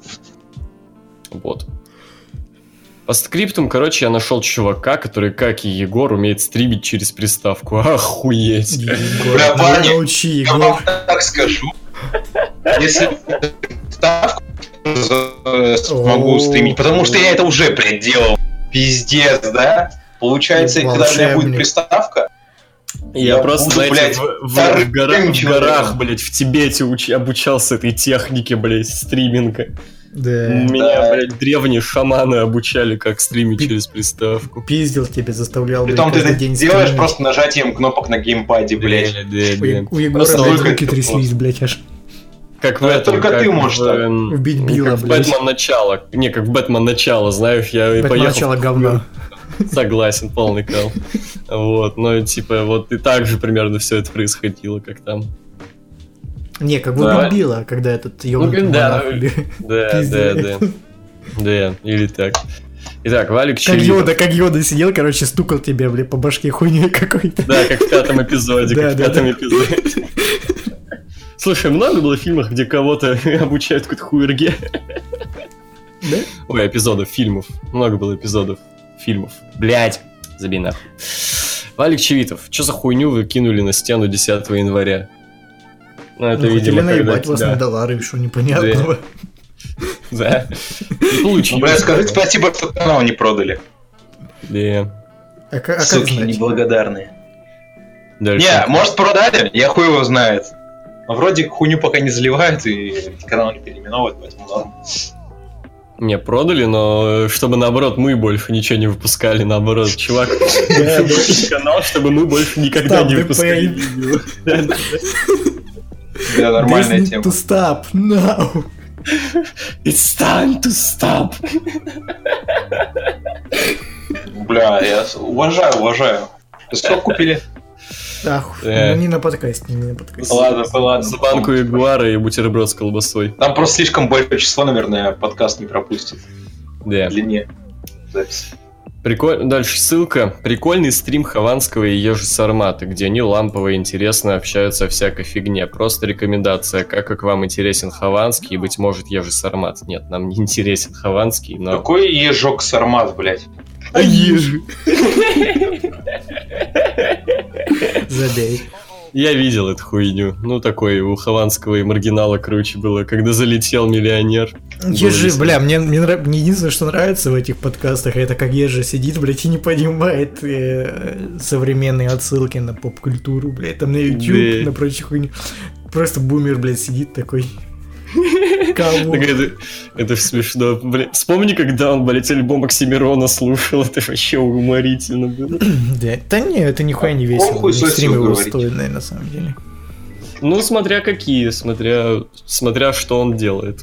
Вот. По скриптам, короче, я нашел чувака, который, как и Егор, умеет стримить через приставку. Охуеть. Егор, Бля, парни, научи, я Егор. вам так скажу. Если приставку могу стримить, потому что я это уже, блядь, делал. Пиздец, да? Получается, когда у меня будет приставка, Я, я просто, буду, знаете, блядь, в, в, в, гора, в горах, блядь, в Тибете уч, обучался этой технике, блядь, стриминга. Да. Меня, да. блядь, древние шаманы обучали, как стримить Пи- через приставку. Пиздил тебя, заставлял. Притом ты это делаешь стримить. Просто нажатием кнопок на геймпаде, блядь. Да, да, да. У, у Егора, блядь, руки тряслись, блядь, аж. Как в этом, только как ты можешь в, так. Убить Билла, как в блядь. Бэтмен начало. Не, как в Бэтмен начало, знаешь, я Бэтмен поехал. начало говно. Согласен, полный кал. Вот, но типа вот и так же примерно все это происходило, как там. Не, как бы да. убило, когда этот ёбаный ну, да, монах да, да, да, да. Да, или так. Итак, Валик Чевитов. Как Йода, как Йода сидел, короче, стукал тебе, бля, по башке хуйней какой-то. Да, как в пятом эпизоде, да, как да, в пятом да. эпизоде. Слушай, много было фильмов, где кого-то обучают какой-то хуерге? Да? Ой, эпизодов, фильмов. Много было эпизодов, фильмов. Блять, забей нахуй. Валик Чевитов, что за хуйню вы кинули на стену десятого января? Ну, это, ну, видимо, хотели наебать тебя... вас на доллары, что непонятного. Да. Не получилось. Бля, скажите спасибо, что канал не продали. Да. А как Суки знать? неблагодарные. Дальше. Не, может продали, я хуй его знает. Но вроде хуйню пока не заливают и канал не переименовывают, поэтому норм. Не, продали, но чтобы наоборот мы больше ничего не выпускали, наоборот, чувак, канал, чтобы мы больше никогда не выпускали видео. Да, нормальная тема. To stop now. It's time to stop. Бля, я уважаю, уважаю. Сколько купили? Ах, ну не на подкасте, не на подкасте. Ладно, ладно. За банку ягуара и бутерброд с колбасой. Там просто слишком большое число, наверное, подкаст не пропустит. Да. Длине записи. Приколь... Дальше ссылка. Прикольный стрим Хованского и Ежи Сарматы, где они лампово и интересно общаются о всякой фигне. Просто рекомендация. Как, как вам интересен Хованский и, быть может, Ежи Сармат? Нет, нам не интересен Хованский, но... Какой Ежок Сармат, блядь? А Ежи? Забей. Я видел эту хуйню. Ну, такой у Хованского и Маргинала круче было, когда залетел миллионер. Ежи, бля, мне, мне, нрав... мне единственное, что нравится в этих подкастах, это как Ежи сидит, блядь, и не понимает э, современные отсылки на поп-культуру, блядь, там на YouTube, да. На прочую хуйню. Просто бумер, блядь, сидит такой... Кого? Это, это смешно, блядь. Вспомни, когда он, блядь, альбом Оксимирона слушал, это вообще уморительно было. Да, да не, это нихуя не весело. Стрим его стоит, наверное, на самом деле. Ну, смотря какие, смотря, смотря что он делает.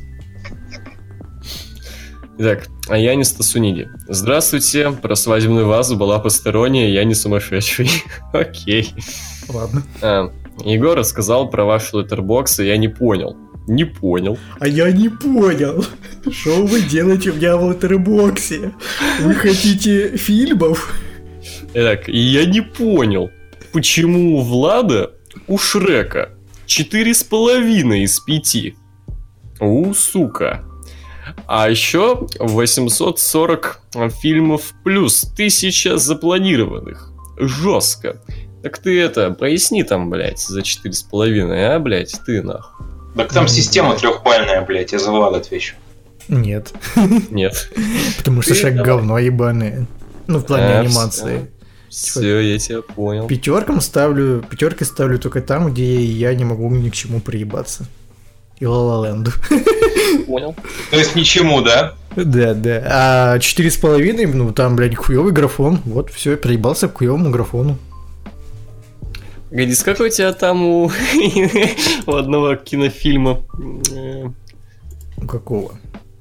Итак, а я не Стасуниди. Здравствуйте, про свадебную вазу была посторонняя, я не сумасшедший. Окей. Ладно. А, Егор рассказал про ваш леттербокс, и я не понял. Не понял. А я не понял. Что вы делаете у меня в леттербоксе? Вы хотите фильмов? Итак, и я не понял, почему у Влада у Шрека четыре с половиной из пяти. У, сука. А еще восемьсот сорок фильмов плюс тысяча запланированных. Жестко. Так ты это, поясни там, блядь, за четыре с половиной, а, блядь, ты нахуй. Так там система трехбальная, блядь, я за Влада отвечу. Нет. Нет. Потому что Шрек говно ебаное. Ну, в плане анимации. Все, я тебя понял. Пятеркам ставлю, пятеркой ставлю только там, где я не могу ни к чему приебаться. И Ла-Ла Ленду. Понял. То есть ничему, да? Да, да. А четыре с половиной, ну там, блядь, хуёвый графон. Вот, все, приебался к хуёвому графону. Погоди, сколько у тебя там у, у одного кинофильма? У какого?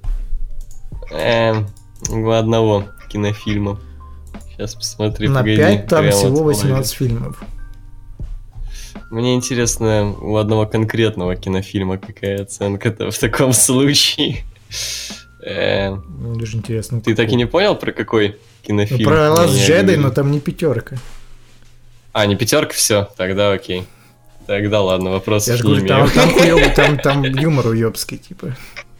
Э, у одного кинофильма. Сейчас посмотри, на погоди. пять там Прямо всего вот восемнадцать фильмов. Мне интересно, у одного конкретного кинофильма какая оценка-то в таком случае. Э, Мне даже интересно. Ты так и не понял, про какой кинофильм? Ну, про Last Jedi, говорю. но там не пятерка. А, не пятерка, все, тогда окей. Тогда ладно, вопросов Я же не говорю, имею. там, там, хуёвый, там, там юмор уёбский, типа.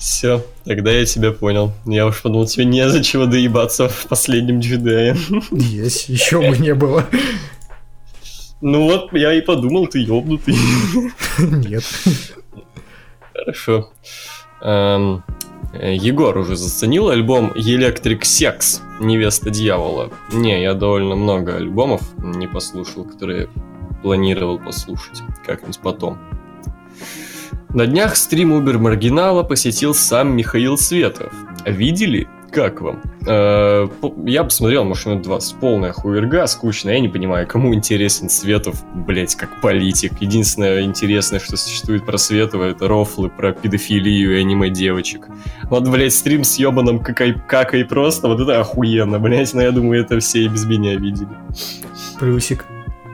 Все, тогда я тебя понял. Я уж подумал, тебе незачем доебаться в последнем джедае. Есть, еще бы не было. Ну вот, я и подумал, ты ёбнутый. Нет. Хорошо. Эм, Егор уже заценил альбом Electric Sex, Невеста дьявола? Не, я довольно много альбомов не послушал, которые планировал послушать как-нибудь потом. На днях стрим Убер Маргинала посетил сам Михаил Светов. Видели? Как вам? Э, я посмотрел, может, минут двадцать. Полная хуерга, скучно. Я не понимаю, кому интересен Светов, блять, как политик. Единственное интересное, что существует про Светова, это рофлы про педофилию и аниме-девочек. Вот, блять, стрим с ебаным какой, какой просто, вот это охуенно, блять. Но я думаю, это все и без меня видели. Плюсик.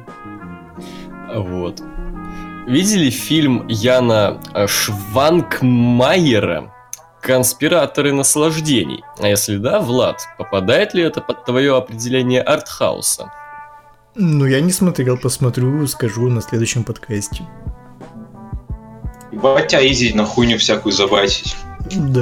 Вот. Видели фильм Яна Шванкмайера «Конспираторы наслаждений»? А если да, Влад, попадает ли это под твое определение артхауса? Ну, я не смотрел, посмотрю, скажу на следующем подкасте. Батя ездить на хуйню всякую забайтить. Да.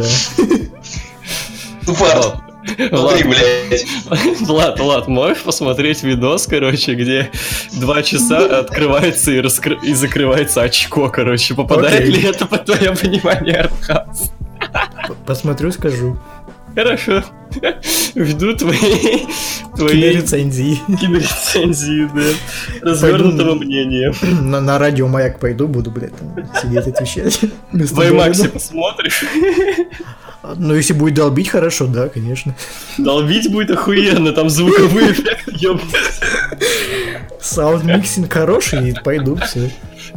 Влад, Влад, блядь. Влад, Влад, можешь посмотреть видос, короче, где два часа открывается и, раскры... и закрывается очко, короче. Попадает Окей. ли это под твое понимание артхаус? Посмотрю, скажу. Хорошо. Жду твои... твои... Кинорецензии. кинорецензии, да. Развернутого Пойду мнения. На, на радио Маяк пойду, буду, блядь, там сидеть отвечать. Вместо В Ваймаксе Дэвида. посмотришь. Ну, если будет долбить, хорошо, да, конечно. Долбить будет охуенно, там звуковые эффекты, ёбаный. Саунд-миксинг хороший, и пойду, все.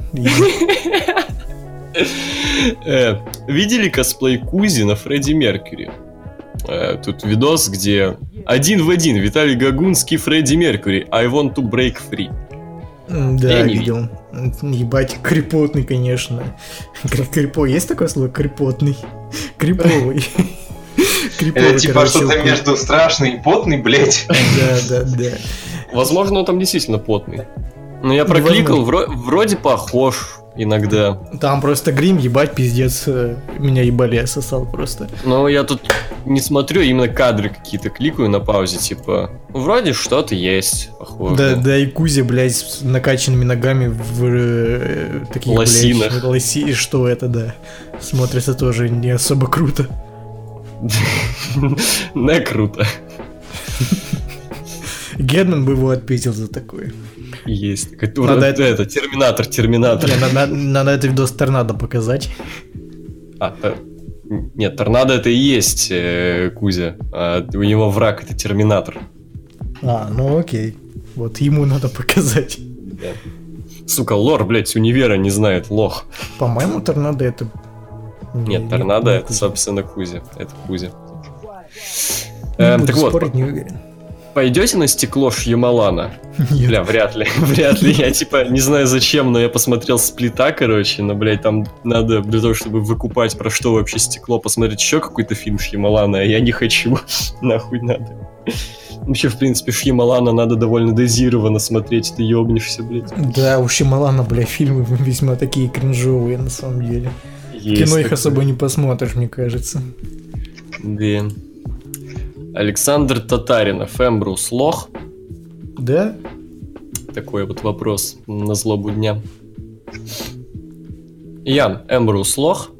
Э, Видели косплей Кузи на Фредди Меркьюри? Э, Тут видос, где один в один Виталий Гагунский, Фредди Меркьюри. I want to break free. Да, Я не видел. Ебать, крепотный, конечно. Крипо, есть такое слово? Крепотный. Криповый. Криповый, Это типа короче, что-то укол. между страшный и потный, блядь. Да, да, да. Возможно, он там действительно потный. Но я прокликал, вро- вроде похож иногда. Там просто грим, ебать, пиздец. э, Меня ебали, я сосал просто. Но я тут не смотрю, именно кадры какие-то кликаю на паузе, типа, вроде что-то есть, похоже. Да, да и Кузя, блядь, с накачанными ногами в э, таких, Лосинах. блядь, лоси, что это, да. Смотрится тоже не особо круто. Не круто. Герман бы его отпиздил за такое. Есть. Как- Надо это, это, Терминатор, Терминатор. Бля, на- на- Надо этот видос торнадо показать. А, та- нет, Торнадо это и есть э, Кузя, а у него враг это Терминатор. А, ну окей. Вот ему надо показать. Да. Сука, лор, блядь, универа не знает, лох. По-моему, торнадо это... не- Нет, не- Торнадо не это, Кузя. собственно, Кузя. Это Кузя. Не Эм, буду так вот, спорить, не уверен. пойдете на стекло Шьямалана? Нет. Бля, вряд ли, вряд ли. Я типа не знаю зачем, но я посмотрел Сплита, короче, но, блядь, там надо для того, чтобы выкупать про что вообще стекло, посмотреть еще какой-то фильм Шьямалана, а я не хочу. Нахуй надо. Вообще, в принципе, Шьямалана надо довольно дозированно смотреть, ты ёбнешься, блядь. Да, у Шьямалана, бля, фильмы весьма такие кринжовые, на самом деле. В Есть кино их такое. особо не посмотришь, мне кажется. Да. Александр Татаринов, Эмбрус лох? Да? Такой вот вопрос на злобу дня. Ян, Эмбрус лох?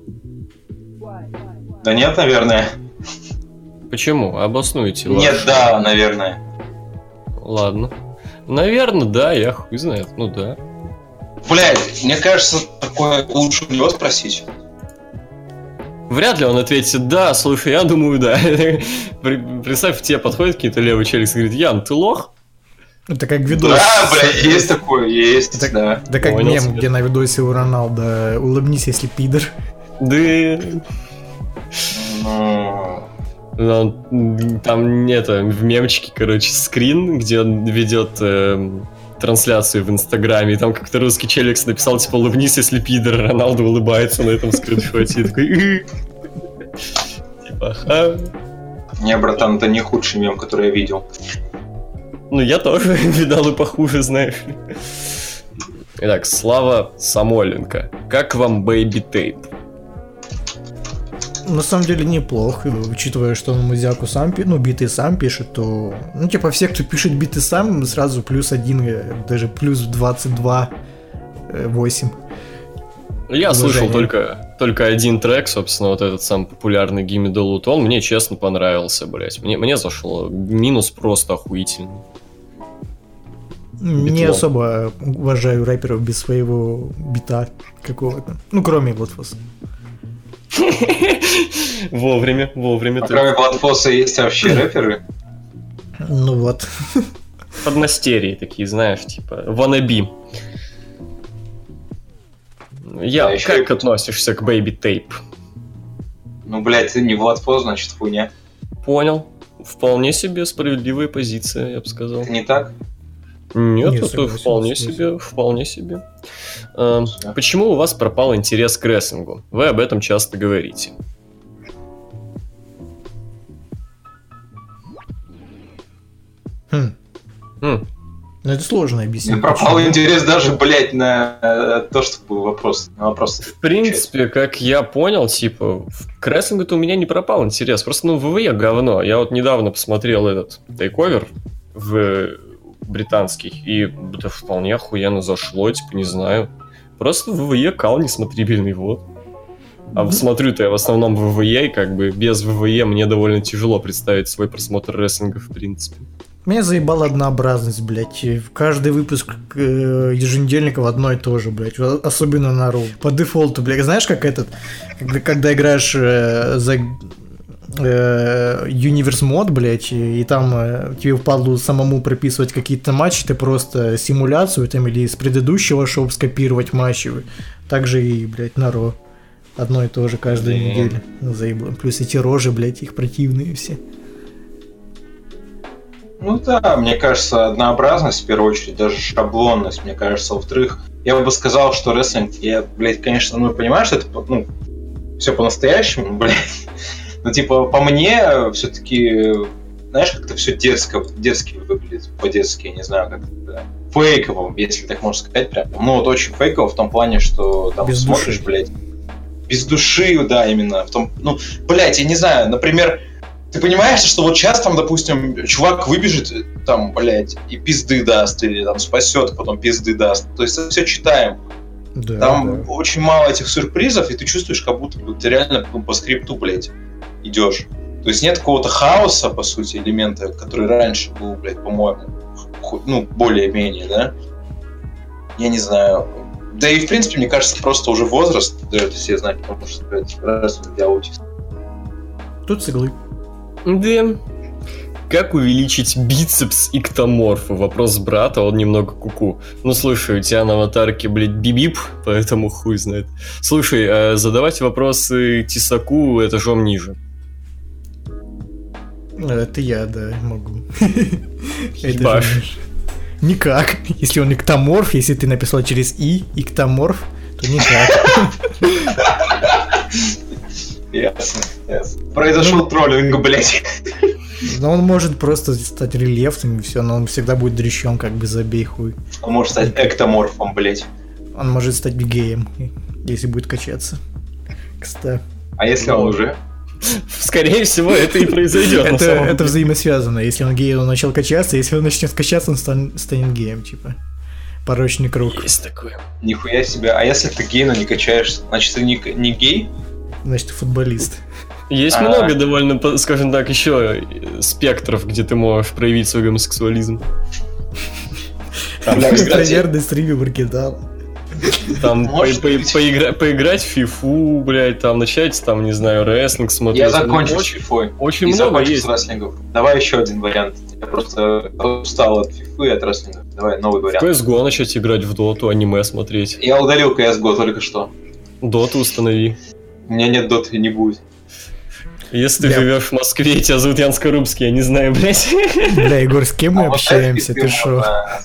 Да нет, наверное. Почему? Обоснуйте. ваш- Нет, да, наверное. Ладно. Наверное, да, я хуй знает. Ну да. Блядь, мне кажется, такое лучше у него спросить. Вряд ли он ответит «да», слушай, я думаю, да. При- Представь, тебе подходит какой-то левый челик и говорит: Ян, ты лох? Это как видос. Да, блядь, есть такое, есть, Так- да. Да как Понял мем, тебя. где на видосе у Роналда улыбнись, если пидор. Да. Ну, Ну, там это, в мемчике, короче, скрин, где он ведет эм, трансляцию в Инстаграме, и там как-то русский челик написал, типа, улыбнись, если пидор, Роналду улыбается на этом скриншоте, и такой, «Э». типа, ага. не, братан, это не худший мем, который я видел. Ну, я тоже видал и похуже, знаешь. Итак, Слава Самойленко. Как вам Baby Tape? на самом деле неплохо, учитывая, что он музяку сам, ну, биты сам пишет, то, ну, типа, все, кто пишет биты сам, сразу плюс один, даже плюс двадцать два, восемь. Я слышал только, только один трек, собственно, вот этот самый популярный Gimme the Loot. Он мне, честно, понравился, блять. Мне, мне зашло. Минус просто охуительный. Не Битлом. Особо уважаю рэперов без своего бита какого-то. Ну, кроме Bloodfoss. Вовремя, вовремя. А кроме Bloodfoss есть вообще рэперы? Ну вот. Подмастерья такие, знаешь, типа wannabe. Я, да, как относишься к Baby Tape? Ну, блядь, ты не Bloodfoss, значит, хуйня. Понял. Вполне себе справедливая позиция, я бы сказал. Это не так? Нет, не это вполне себе, вполне себе. А, почему у вас пропал интерес к рестлингу? Вы об этом часто говорите. Хм. Хм. Ну, это сложно объяснить. Мне пропал интерес даже, блядь, на то, что был вопрос. На вопрос. В принципе, как я понял, типа, к рестлингу-то у меня не пропал интерес. Просто, ну, ВВЕ говно. Я вот недавно посмотрел этот тейковер в британский, и это вполне охуенно зашло, типа, не знаю. Просто ВВЕ кал несмотрибельный, вот. А mm-hmm. смотрю-то я в основном ВВЕ, и как бы без ВВЕ мне довольно тяжело представить свой просмотр рестлинга, в принципе. Меня заебала однообразность, блядь. Каждый выпуск э, еженедельников одно и то же, блядь. Особенно на Ру. По дефолту, блядь. Знаешь, как этот... Когда, когда играешь э, за э, Universe мод, блядь, и, и там э, тебе впадло самому прописывать какие-то матчи, ты просто симуляцию там или из предыдущего шоу скопировать матчи. Так же и, блядь, на Ру. Одно и то же каждую mm-hmm. неделю. Заебало. Плюс эти рожи, блядь, их противные все. Ну да, мне кажется, однообразность, в первую очередь, даже шаблонность, мне кажется. Во-вторых, я бы сказал, что рестлинг, я, блядь, конечно, ну, понимаю, что это, ну, все по-настоящему, блядь. Но, типа, по мне, все-таки, знаешь, как-то все дерзко, дерзко выглядит, по-детски, я не знаю, как это, фейково, если так можно сказать, прям. Ну, вот очень фейково в том плане, что там без смотришь, души. Блядь, без души, да, именно, в том, ну, блядь, я не знаю, например, ты понимаешь, что вот сейчас там, допустим, чувак выбежит, там, блядь, и пизды даст, или там спасет, потом пизды даст. То есть это все читаем. Да, там да. Очень мало этих сюрпризов, и ты чувствуешь, как будто бы ты реально по скрипту, блядь, идешь. То есть нет какого-то хаоса, по сути, элемента, который раньше был, блядь, по-моему, ну, более-менее, да? Я не знаю. Да и, в принципе, мне кажется, просто уже возраст дает все знать, потому что, блядь, раз для аутиста. Тут с иглы. Да. Как увеличить бицепс эктоморфа? Вопрос брата, он немного куку. Ну, слушай, у тебя на аватарке, блядь, бибип, поэтому хуй знает. Слушай, а задавать вопросы Тесаку этажом ниже. Это я, да, могу. Никак. Если он эктоморф, если ты написал через И, эктоморф, то никак. Ясно, ясно. Произошел троллинг, блядь. Но он может просто стать рельефным и все, но он всегда будет дрищом, как бы забей хуй. Он может стать эктоморфом, блядь. Он может стать бигеем, если будет качаться. Кстати. А если он уже? Скорее всего, это и произойдет. это, это взаимосвязано. Если он гей, он начал качаться, если он начнет качаться, он станет, станет геем, типа. Порочный круг. Есть такое. Нихуя себе. А если ты гей, но не качаешься, значит ты не, не гей? Значит, ты футболист. Есть А-а-а. много довольно, скажем так, еще спектров, где ты можешь проявить свой гомосексуализм. Интроверный стример выкидал. Там поиграть в фифу, блядь, там начать, там, не знаю, рестлинг смотреть. Я закончил с фифой. Очень много есть. с рестлингов. Давай еще один вариант. Я просто устал от фифы и от рестлинга. Давай новый вариант. В си эс го начать играть, в доту, аниме смотреть. Я удалил си эс го только что. Доту установи. У меня нет доты и не будет. Если ты я... живешь в Москве, и тебя зовут Ян Скорубский, я не знаю, блядь. Бля, Егор, с кем мы а общаемся? Ты шо?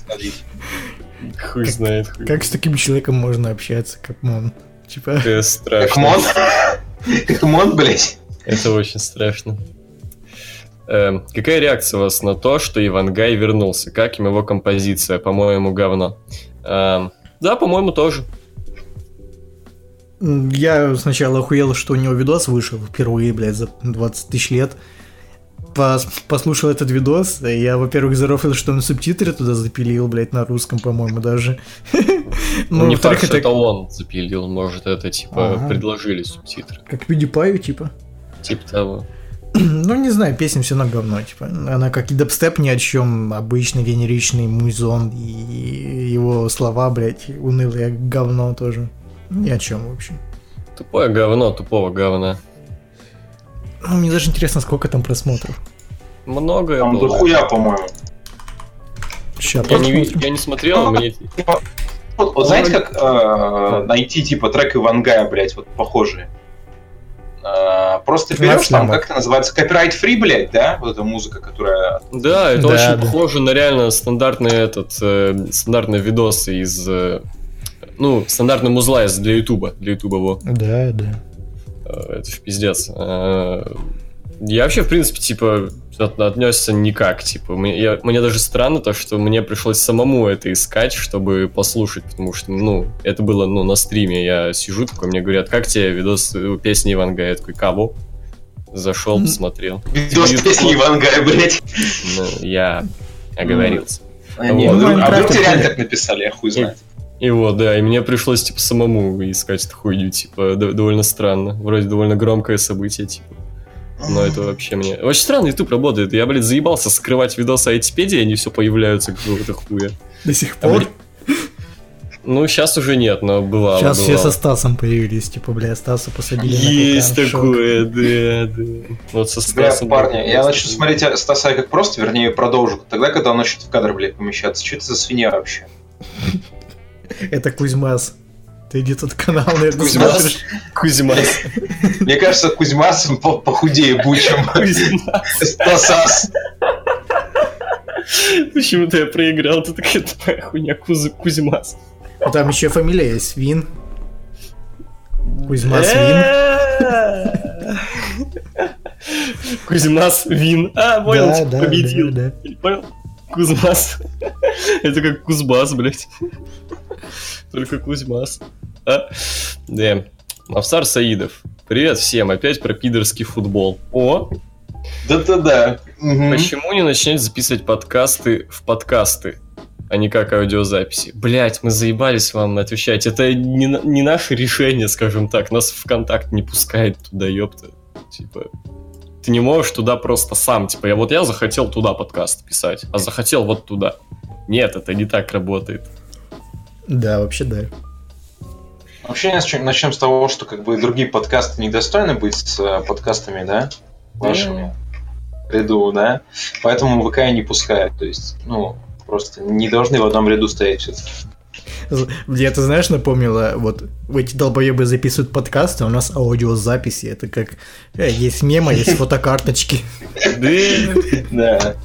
Хуй знает. Хуй. Как с таким человеком можно общаться, как Мон? Типа... Это страшно. Как Мон? Как Мон, блядь? Это очень страшно. Эм, какая реакция у вас на то, что Ивангай вернулся? Как им его композиция? По-моему, говно. Эм, да, по-моему, тоже. Я сначала охуел, что у него видос вышел впервые, блядь, за двадцать тысяч лет. Пос- послушал этот видос, и я, во-первых, зарофлил, что он субтитры туда запилил, блядь, на русском, по-моему, даже. Ну, не факт, что это он запилил, может, это, типа, предложили субтитры. Как PewDiePie, типа? Типа того. Ну, не знаю, песня все равно говно, типа. Она как и дабстеп ни о чем, обычный генеричный музон, и его слова, блядь, унылые говно тоже. Ни о чем, в общем. Тупое говно, тупого говна. Ну, мне даже интересно, сколько там просмотров. Много. Там дохуя, по-моему. Сейчас я, не, я не смотрел, мне... Вот, вот знаете, как э, найти, типа, трек Ивангая, блядь, вот похожие? Э, просто берешь там, как это называется, copyright-free, блядь, да? Вот эта музыка, которая... Да, это да, очень да. похоже на реально стандартный этот, э, стандартные видосы из... Э, ну, стандартный музла из для Ютуба, для Ютуба, во. Да, да. Это ж пиздец. Я вообще, в принципе, типа, отнесся никак. Типа, мне, я, мне даже странно то, что мне пришлось самому это искать, чтобы послушать, потому что, ну, это было, ну, на стриме. Я сижу такой, мне говорят, как тебе видос песни Ивангая? Я такой, кого? Зашел, посмотрел. Видос песни Ивангая, блядь. Ну, я оговорился. А вдруг тебе реально так написали, я хуй знает. И вот, да, и мне пришлось, типа, самому искать эту хуйню, типа, д- довольно странно. Вроде довольно громкое событие, типа. Но это вообще мне... Очень странно YouTube работает. Я, блядь, заебался скрывать видосы айтипедии, они все появляются какого-то хуя. До сих А, пор? блядь... Ну, сейчас уже нет, но бывало. Сейчас бывало. все со Стасом появились, типа, бля, Стаса посадили. Есть на такое, да, да. Вот со Стасом. Бля, парни, я начну смотреть Стаса как просто, вернее, продолжу. Тогда, когда он начнет в кадр, блядь, помещаться. Что это за свинья вообще? Это Кузьмас. Ты иди тут канал, наверное, Кузьмас? смотришь. Кузьмас. Мне кажется, Кузьмас похудее будет, чем Стасас. Почему-то я проиграл, ты такая тупая хуйня, Кузьмас. Там еще фамилия есть, Вин. Кузьмас Вин. Кузьмас Вин. А, понял, Да, типа, да, победил. да, Понял? Кузьмас. Это как Кузбасс, блядь. Только Кузьмас. А? Да. Мавсар Саидов. Привет всем, опять про пидорский футбол. О! Да-да-да. Угу. Почему не начать записывать подкасты в подкасты, а не как аудиозаписи? Блять, мы заебались вам отвечать. Это не, не наше решение, скажем так. Нас ВКонтакт не пускает туда, ёпта. Типа... Ты не можешь туда просто сам, типа, я вот я захотел туда подкаст писать, а захотел вот туда. Нет, это не так работает. Да, вообще да. Вообще начнем, начнем с того, что как бы другие подкасты недостойны быть с подкастами, да, вашими в ряду, да, поэтому ВК не пускают, то есть, ну, просто не должны в одном ряду стоять все-таки. Я, ты знаешь, напомнила, вот эти долбоебы записывают подкасты, а у нас аудиозаписи, это как э, есть мемы, есть фотокарточки. Да.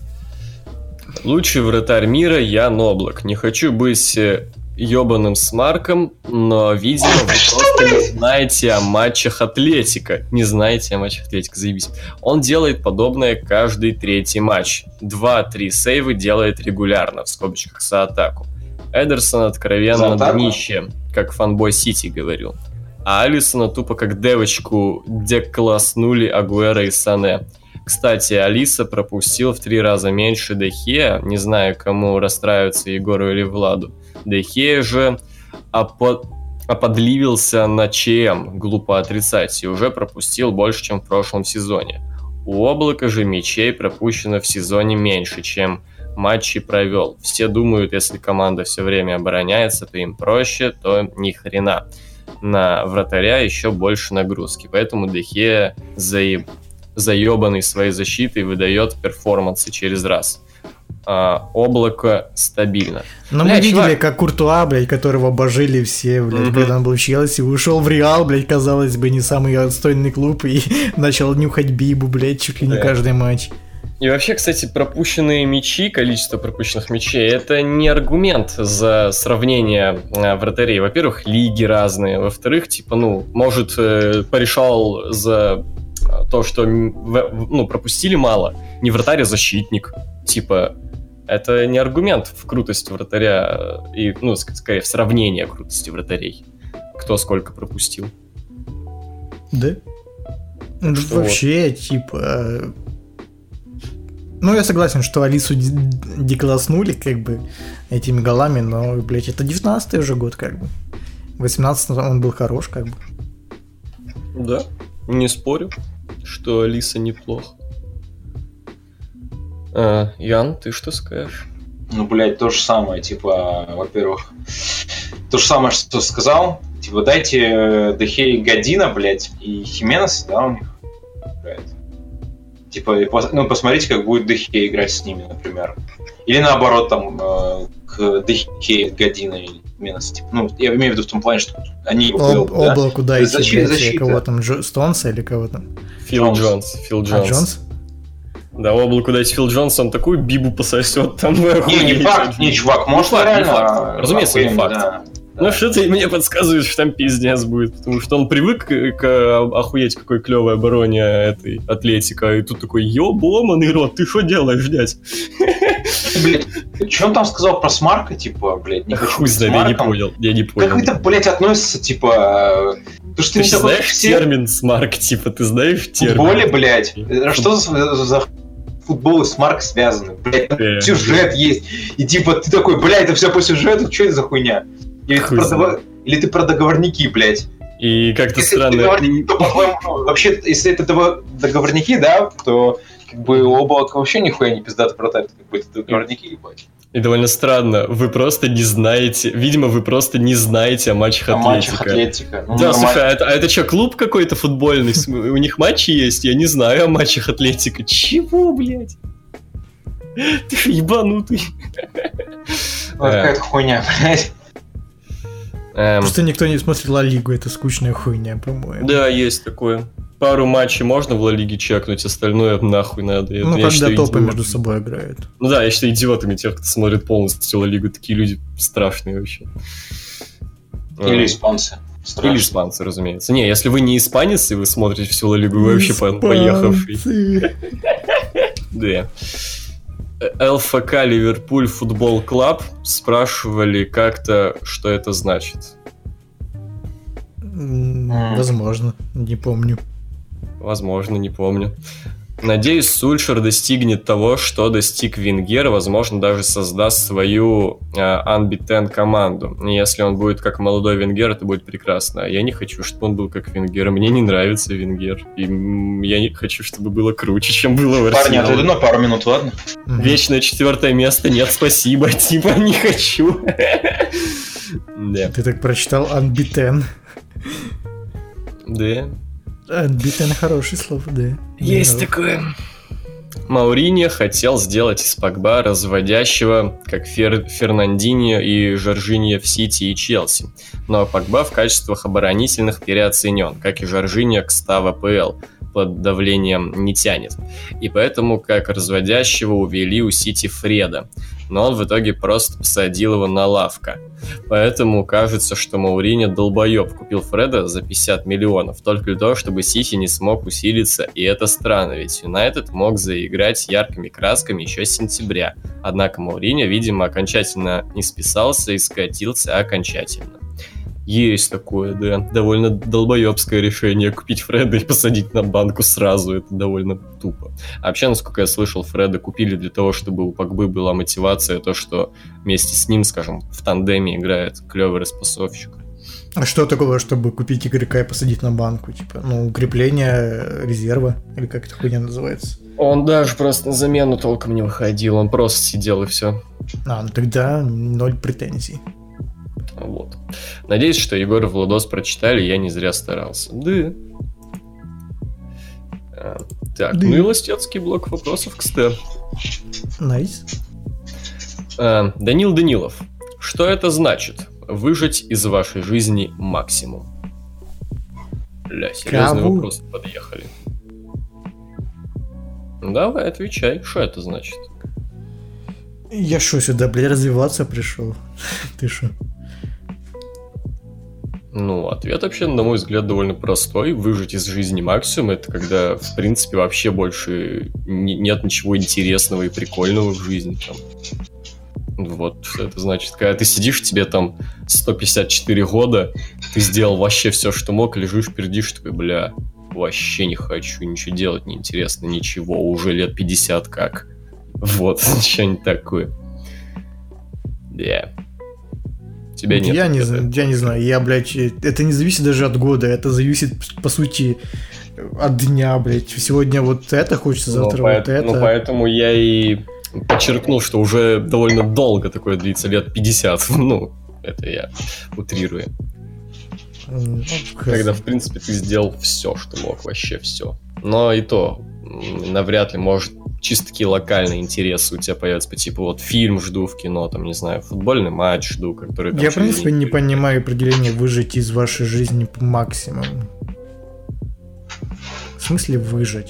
Лучший вратарь мира Ян Облак. Не хочу быть ебаным с Марком, но, видимо, вы просто не знаете о матчах Атлетика. Не знаете о матчах Атлетика, заебись. Он делает подобное каждый третий матч. Два-три сейвы делает регулярно, в скобочках за атаку. Эдерсон откровенно днище, как фанбой Сити говорил. А Алисона тупо как девочку декласснули Агуэро и Сане. Кстати, Алиса пропустил в три раза меньше Де Хеа, не знаю, кому расстраиваться, Егору или Владу. Де Хеа же опо- оподливился на ЧМ, глупо отрицать, и уже пропустил больше, чем в прошлом сезоне. У Облака же мячей пропущено в сезоне меньше, чем матчи провел. Все думают, если команда все время обороняется, то им проще, то ни хрена. На вратаря еще больше нагрузки, поэтому Де Хеа заеб... заебанный своей защитой выдает перформансы через раз. А, Облако стабильно. Но бля, мы видели, чувак... как Куртуа, блядь, которого обожили все, блядь, mm-hmm. когда он был в Челси, ушел в Реал, блядь, казалось бы, не самый отстойный клуб, и начал нюхать Бибу, блядь, чуть ли не yeah. каждый матч. И вообще, кстати, пропущенные мячи, количество пропущенных мячей, это не аргумент за сравнение э, вратарей. Во-первых, лиги разные. Во-вторых, типа, ну, может, э, порешал за то, что ну, пропустили мало. Не вратарь, а защитник. Типа, это не аргумент в крутости вратаря и, ну, скорее, в сравнении крутости вратарей. кто сколько пропустил. Да? Ну, Что вообще, вот. типа... Ну, я согласен, что Алису декласснули, как бы, этими голами, но, блядь, это девятнадцатый уже год, как бы. В восемнадцатом он был хорош, как бы. Да, не спорю, что Алиса неплохо. А, Ян, ты что скажешь? Ну, блядь, то же самое, типа, во-первых, то же самое, что сказал, типа, дайте Дехе Година, блядь, и Хименес, да, у них играет. Типа, ну, посмотрите, как будет Дехе играть с ними, например. Или наоборот, там, э, к Дехе Година или Хименес. Типа, ну, я имею в виду в том плане, что они его Об, да? Оба куда идти, защита, защита. Кого там, Джо, Стонса или кого там? Фил Джонс. Джонс. Фил Джонс. А, Джонс? Да, облаку дать Фил Джонс, он такую бибу пососет там. Не, не факт, не, чувак, может, не реально... Не факт. Разумеется, не факт. Да. Ну, что-то мне подсказывает, что там пиздец будет, потому что он привык к охуеть какой клевой обороне этой Атлетика, и тут такой, ёбоманый рот, ты что делаешь, дядь? Блядь, что он там сказал про Смарка, типа, блядь, не хочу Хуй знает, я не понял, я не понял. Как это, блядь, относится, типа... Ты, ты же знаешь все... термин Смарк, типа, ты знаешь термин? Футболе, блядь, что за, за футбол и Смарк связаны? Блядь, yeah. сюжет есть, и типа, ты такой, блядь, это все по сюжету, что это за хуйня? Или ты, про договор... Или ты про договорники, блядь. И как-то если странно... Договор... То, по-моему, вообще, если это договорники, да, то как бы у Облака вообще нихуя не пиздато протарит, как бы это договорники, ебать. И довольно странно, вы просто не знаете, видимо, вы просто не знаете о матчах Атлетика. О матчах Атлетика. Ну, да, нормально. Слушай, а это, а это что, клуб какой-то футбольный? У них матчи есть? Я не знаю о матчах Атлетика. Чего, блядь? Ты же ебанутый. Какая-то хуйня, блядь. Эм... Просто никто не смотрит Ла Лигу, это скучная хуйня, по-моему. Да, есть такое. Пару матчей можно в Ла Лиге чекнуть, остальное нахуй надо. Ну, я когда считаю, топы идиот... между собой играют. Ну да, я считаю идиотами тех, кто смотрит полностью Ла Лигу. Такие люди страшные вообще. Или испанцы. Страшно. Или испанцы, разумеется. Не, если вы не испанец, и вы смотрите всю Ла Лигу, вы вообще поехавший. Да. ЛФК Ливерпуль Футбол Клаб спрашивали как-то, что это значит. Возможно, не помню. Возможно, не помню. Надеюсь, Сульшер достигнет того, что достиг Венгер, возможно, даже создаст свою э, Unbeaten команду. И если он будет как молодой Венгер, это будет прекрасно. Я не хочу, чтобы он был как Венгер. Мне не нравится Венгер. И я не хочу, чтобы было круче, чем было в Арсенале. Парни, оттуда на пару минут, ладно? Вечное четвертое место. Нет, спасибо. Типа, не хочу. Ты так прочитал Unbeaten. Да. Unbeaten хорошее слово, да. Есть такое. Мауриньо хотел сделать из Погба разводящего, как Фер... Фернандиньо и Жоржиньо в Сити и Челси. Но Погба в качествах оборонительных переоценен, как и Жоржиньо к ста в АПЛ. Под давлением не тянет. И поэтому как разводящего увели у Сити Фреда. Но он в итоге просто посадил его на лавка. Поэтому кажется, что Мауриньо долбоеб купил Фреда за пятьдесят миллионов только для того, чтобы Сити не смог усилиться. И это странно, ведь Юнайтед мог заиграть яркими красками еще с сентября. Однако Мауриньо, видимо, окончательно не списался и скатился окончательно. Есть такое, да. Довольно долбоебское решение купить Фреда и посадить на банку сразу. Это довольно тупо. А вообще, насколько я слышал, Фреда купили для того, чтобы у Погбы была мотивация, то, что вместе с ним, скажем, в тандеме играет клевый распасовщик. А что такого, чтобы купить игрока и посадить на банку? Типа, ну, укрепление резерва, или как это хуйня называется? Он даже просто на замену толком не выходил, он просто сидел и все. А, ну тогда ноль претензий. Вот. Надеюсь, что Егор и Владос прочитали, я не зря старался. Да. А, так, да. Ну и ластецкий блок вопросов к Сте. Найс. А, Данил Данилов. Что это значит? Выжать из вашей жизни максимум. Бля, серьезные Кого? Вопросы подъехали. Давай, отвечай. Что это значит? Я шо, сюда, блядь, развиваться пришел? Ты шо? Ну, ответ вообще, на мой взгляд, довольно простой. Выжить из жизни максимум — это когда, в принципе, вообще больше не, нет ничего интересного и прикольного в жизни. Там. Вот что это значит. Когда ты сидишь, тебе там сто пятьдесят четыре года, ты сделал вообще все, что мог, лежишь, пердишь, такой, бля, вообще не хочу ничего делать, неинтересно, ничего, уже лет пятьдесят как. Вот, что-нибудь такое. Yeah. Тебя нет. Я не, я не знаю, я, блядь, это не зависит даже от года, это зависит, по сути, от дня, блядь. Сегодня вот это хочется, завтра ну, вот по- это. Ну, поэтому я и подчеркнул, что уже довольно долго такое длится, лет пятьдесят. Ну, это я утрирую. Ну, Когда, в принципе, ты сделал все, что мог, вообще все. Но и то, навряд ли, может, чисто такие локальные интересы у тебя появятся, по типу, вот фильм жду в кино, там, не знаю, футбольный матч жду, который... Там, я, в принципе, не понимаю определение выжить из вашей жизни по максимуму. В смысле выжить?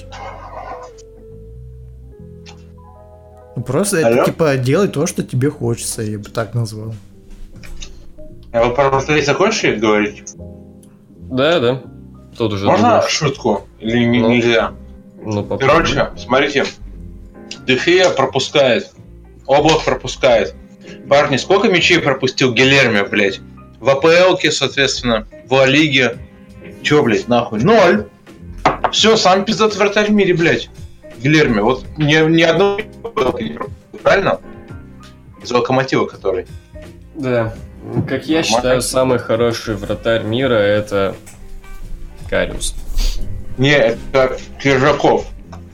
Ну, просто Алло? это, типа, делай то, что тебе хочется, я бы так назвал. А вы про повторить закончили говорить? Да, да. Тут уже... Можно думаешь. шутку? Или не- Ну. нельзя? Ну, попробуй. Короче, смотрите. Дефея пропускает. Облак пропускает. Парни, сколько мячей пропустил Гильермо, блядь? В АПЛке, соответственно, в Ла Лиге. Чё, блядь, нахуй? Ноль. Все, сам пиздат вратарь в мире, блядь. Гильермо. Вот ни, ни одного не пропустил, правильно? Из Локомотива, который. Да. Как я Нормально. считаю, самый хороший вратарь мира — это Кариус. Не, это Киржаков.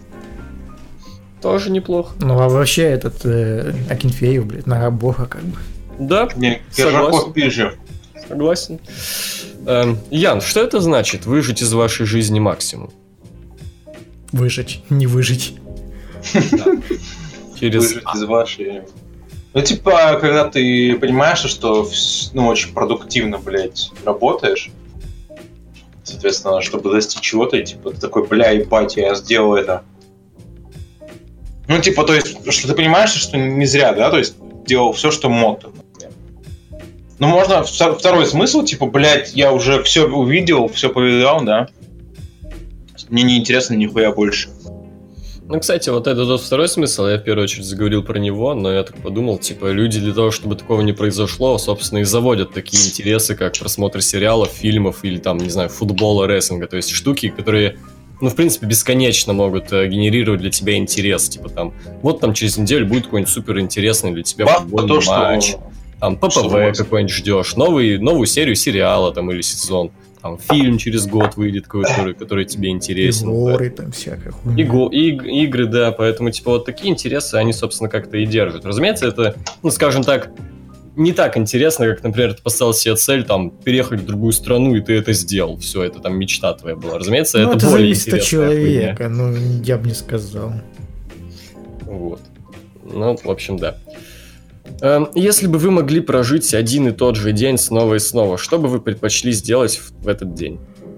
Тоже неплохо. Ну, а вообще этот э, Акинфеев, блядь, нога бога, как бы. Да, Не, Согласен. Киржаков пизже. согласен. Эм, Ян, что это значит выжить из вашей жизни максимум? Выжить, не выжить. Через... Выжить из вашей... Ну, типа, когда ты понимаешь, что ну, очень продуктивно, блядь, работаешь, соответственно, чтобы достичь чего-то, и, типа, ты такой, бля, ебать, я сделал это. Ну, типа, то есть, что ты понимаешь, что не зря, да, то есть, делал все, что мог. Например. Ну, можно второй смысл, типа, блядь, я уже все увидел, все повидал, да. Мне не интересно нихуя больше. Ну, кстати, вот это тот второй смысл, я в первую очередь заговорил про него, но я так подумал, типа, люди для того, чтобы такого не произошло, собственно, и заводят такие интересы, как просмотр сериалов, фильмов или, там, не знаю, футбола, рестлинга, то есть штуки, которые, ну, в принципе, бесконечно могут э, генерировать для тебя интерес, типа, там, вот там через неделю будет какой-нибудь супер интересный для тебя Ба- футбольный то, что- матч, там, что ППВ какой-нибудь ждешь, новый, новую серию сериала, там, или сезон. Там фильм через год выйдет, который, который тебе интересен. И горы там всякая хуйня. И, го- и- игры, да, поэтому, типа, вот такие интересы, они, собственно, как-то и держат. Разумеется, это, ну, скажем так, не так интересно, как, например, ты поставил себе цель, там, переехать в другую страну, и ты это сделал. Все, это там мечта твоя была. Разумеется, Ну, это, это более зависит от интересная человека, ну, я бы не сказал. хуйня. Вот. Ну, в общем, да. Эм, Если бы вы могли прожить один и тот же день снова и снова, что бы вы предпочли сделать в, в этот день?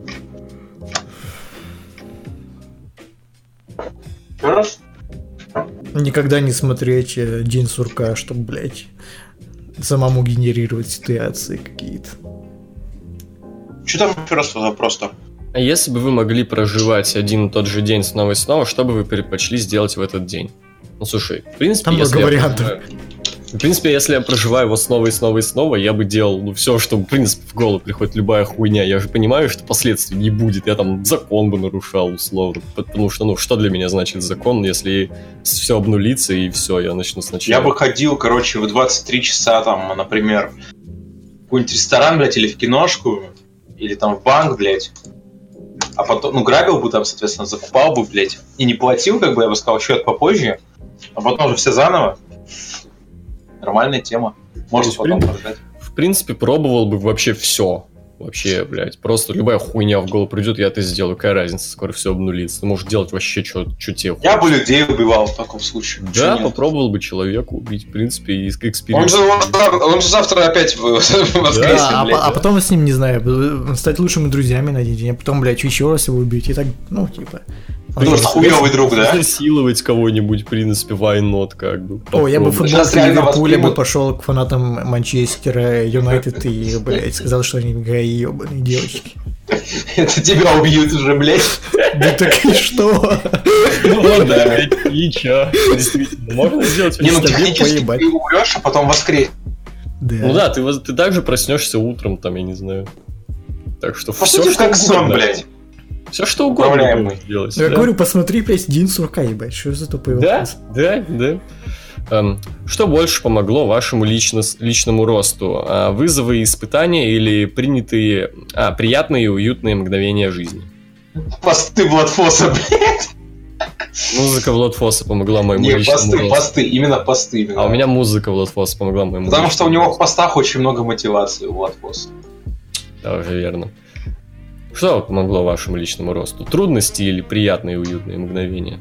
Раз. Никогда не смотреть э, День сурка, чтобы, блядь, самому генерировать ситуации какие-то. Что там еще раз вопрос-то? А если бы вы могли проживать один и тот же день снова и снова, что бы вы предпочли сделать в этот день? Ну, слушай, в принципе, Там если много я вариантов. проживаю- В принципе, если я проживаю его снова и снова и снова, я бы делал, ну, все, что, в принципе, в голову приходит любая хуйня. Я же понимаю, что последствий не будет. Я там закон бы нарушал, условно. Потому что, ну, что для меня значит закон, если все обнулится и все, я начну сначала. Я бы ходил, короче, в двадцать три часа, там, например, в какой-нибудь ресторан, блядь, или в киношку, или там в банк, блядь. А потом, ну, грабил бы там, соответственно, закупал бы, блядь, и не платил, как бы, я бы сказал, счет попозже, а потом уже все заново. Нормальная тема. Можно То есть, потом в продать. В принципе, пробовал бы вообще все. Вообще, блядь, просто любая хуйня в голову придет, я это сделаю. Какая разница, скоро все обнулится. Ты можешь делать вообще, что тебе Я бы хочется. людей убивал в таком случае. Да, Чё нет? попробовал бы человека убить, в принципе, и Он же, экспериментировать. он же завтра опять в- воскреснет, Да, а, блядь. по- а потом с ним, не знаю, стать лучшими друзьями на один день, а потом, блядь, еще раз его убить, и так, ну, типа... Потому что хуёвый друг, да? Насиловать кого-нибудь, в принципе, why not, как бы. О, я бы в Попробовать. футболке Сейчас реально Ливерпуля бы воспримут. пошел к фанатам Манчестера, Юнайтед и, блядь, сказал, что они гаи ебаные девочки. Это тебя убьют уже, блядь. Да так и что? Ну вот, да, и чё? Действительно, можно сделать Не, ну Тебе технически поебать. ты умрешь, а потом воскреснешь. Да. Ну да, ты, воз- ты также проснешься утром, там, я не знаю. Так что По все, сути, что как сон, угодно. блядь. Все, что угодно Управляемый. можно делать. Я да. говорю, посмотри, блядь, Дин Сурка, ебать, что за тупой Да, вопрос? да, да. Эм, что больше помогло вашему лично, личному росту? А, вызовы и испытания или принятые, а, приятные и уютные мгновения жизни? Посты Владфоса, блядь. Музыка Владфоса помогла моему Не, личному посты, росту. посты, именно посты. Именно. А у меня музыка Владфоса помогла моему Потому что у личному него в росту. постах очень много мотивации у Владфоса. Да, уже верно. Что помогло вашему личному росту? Трудности или приятные и уютные мгновения?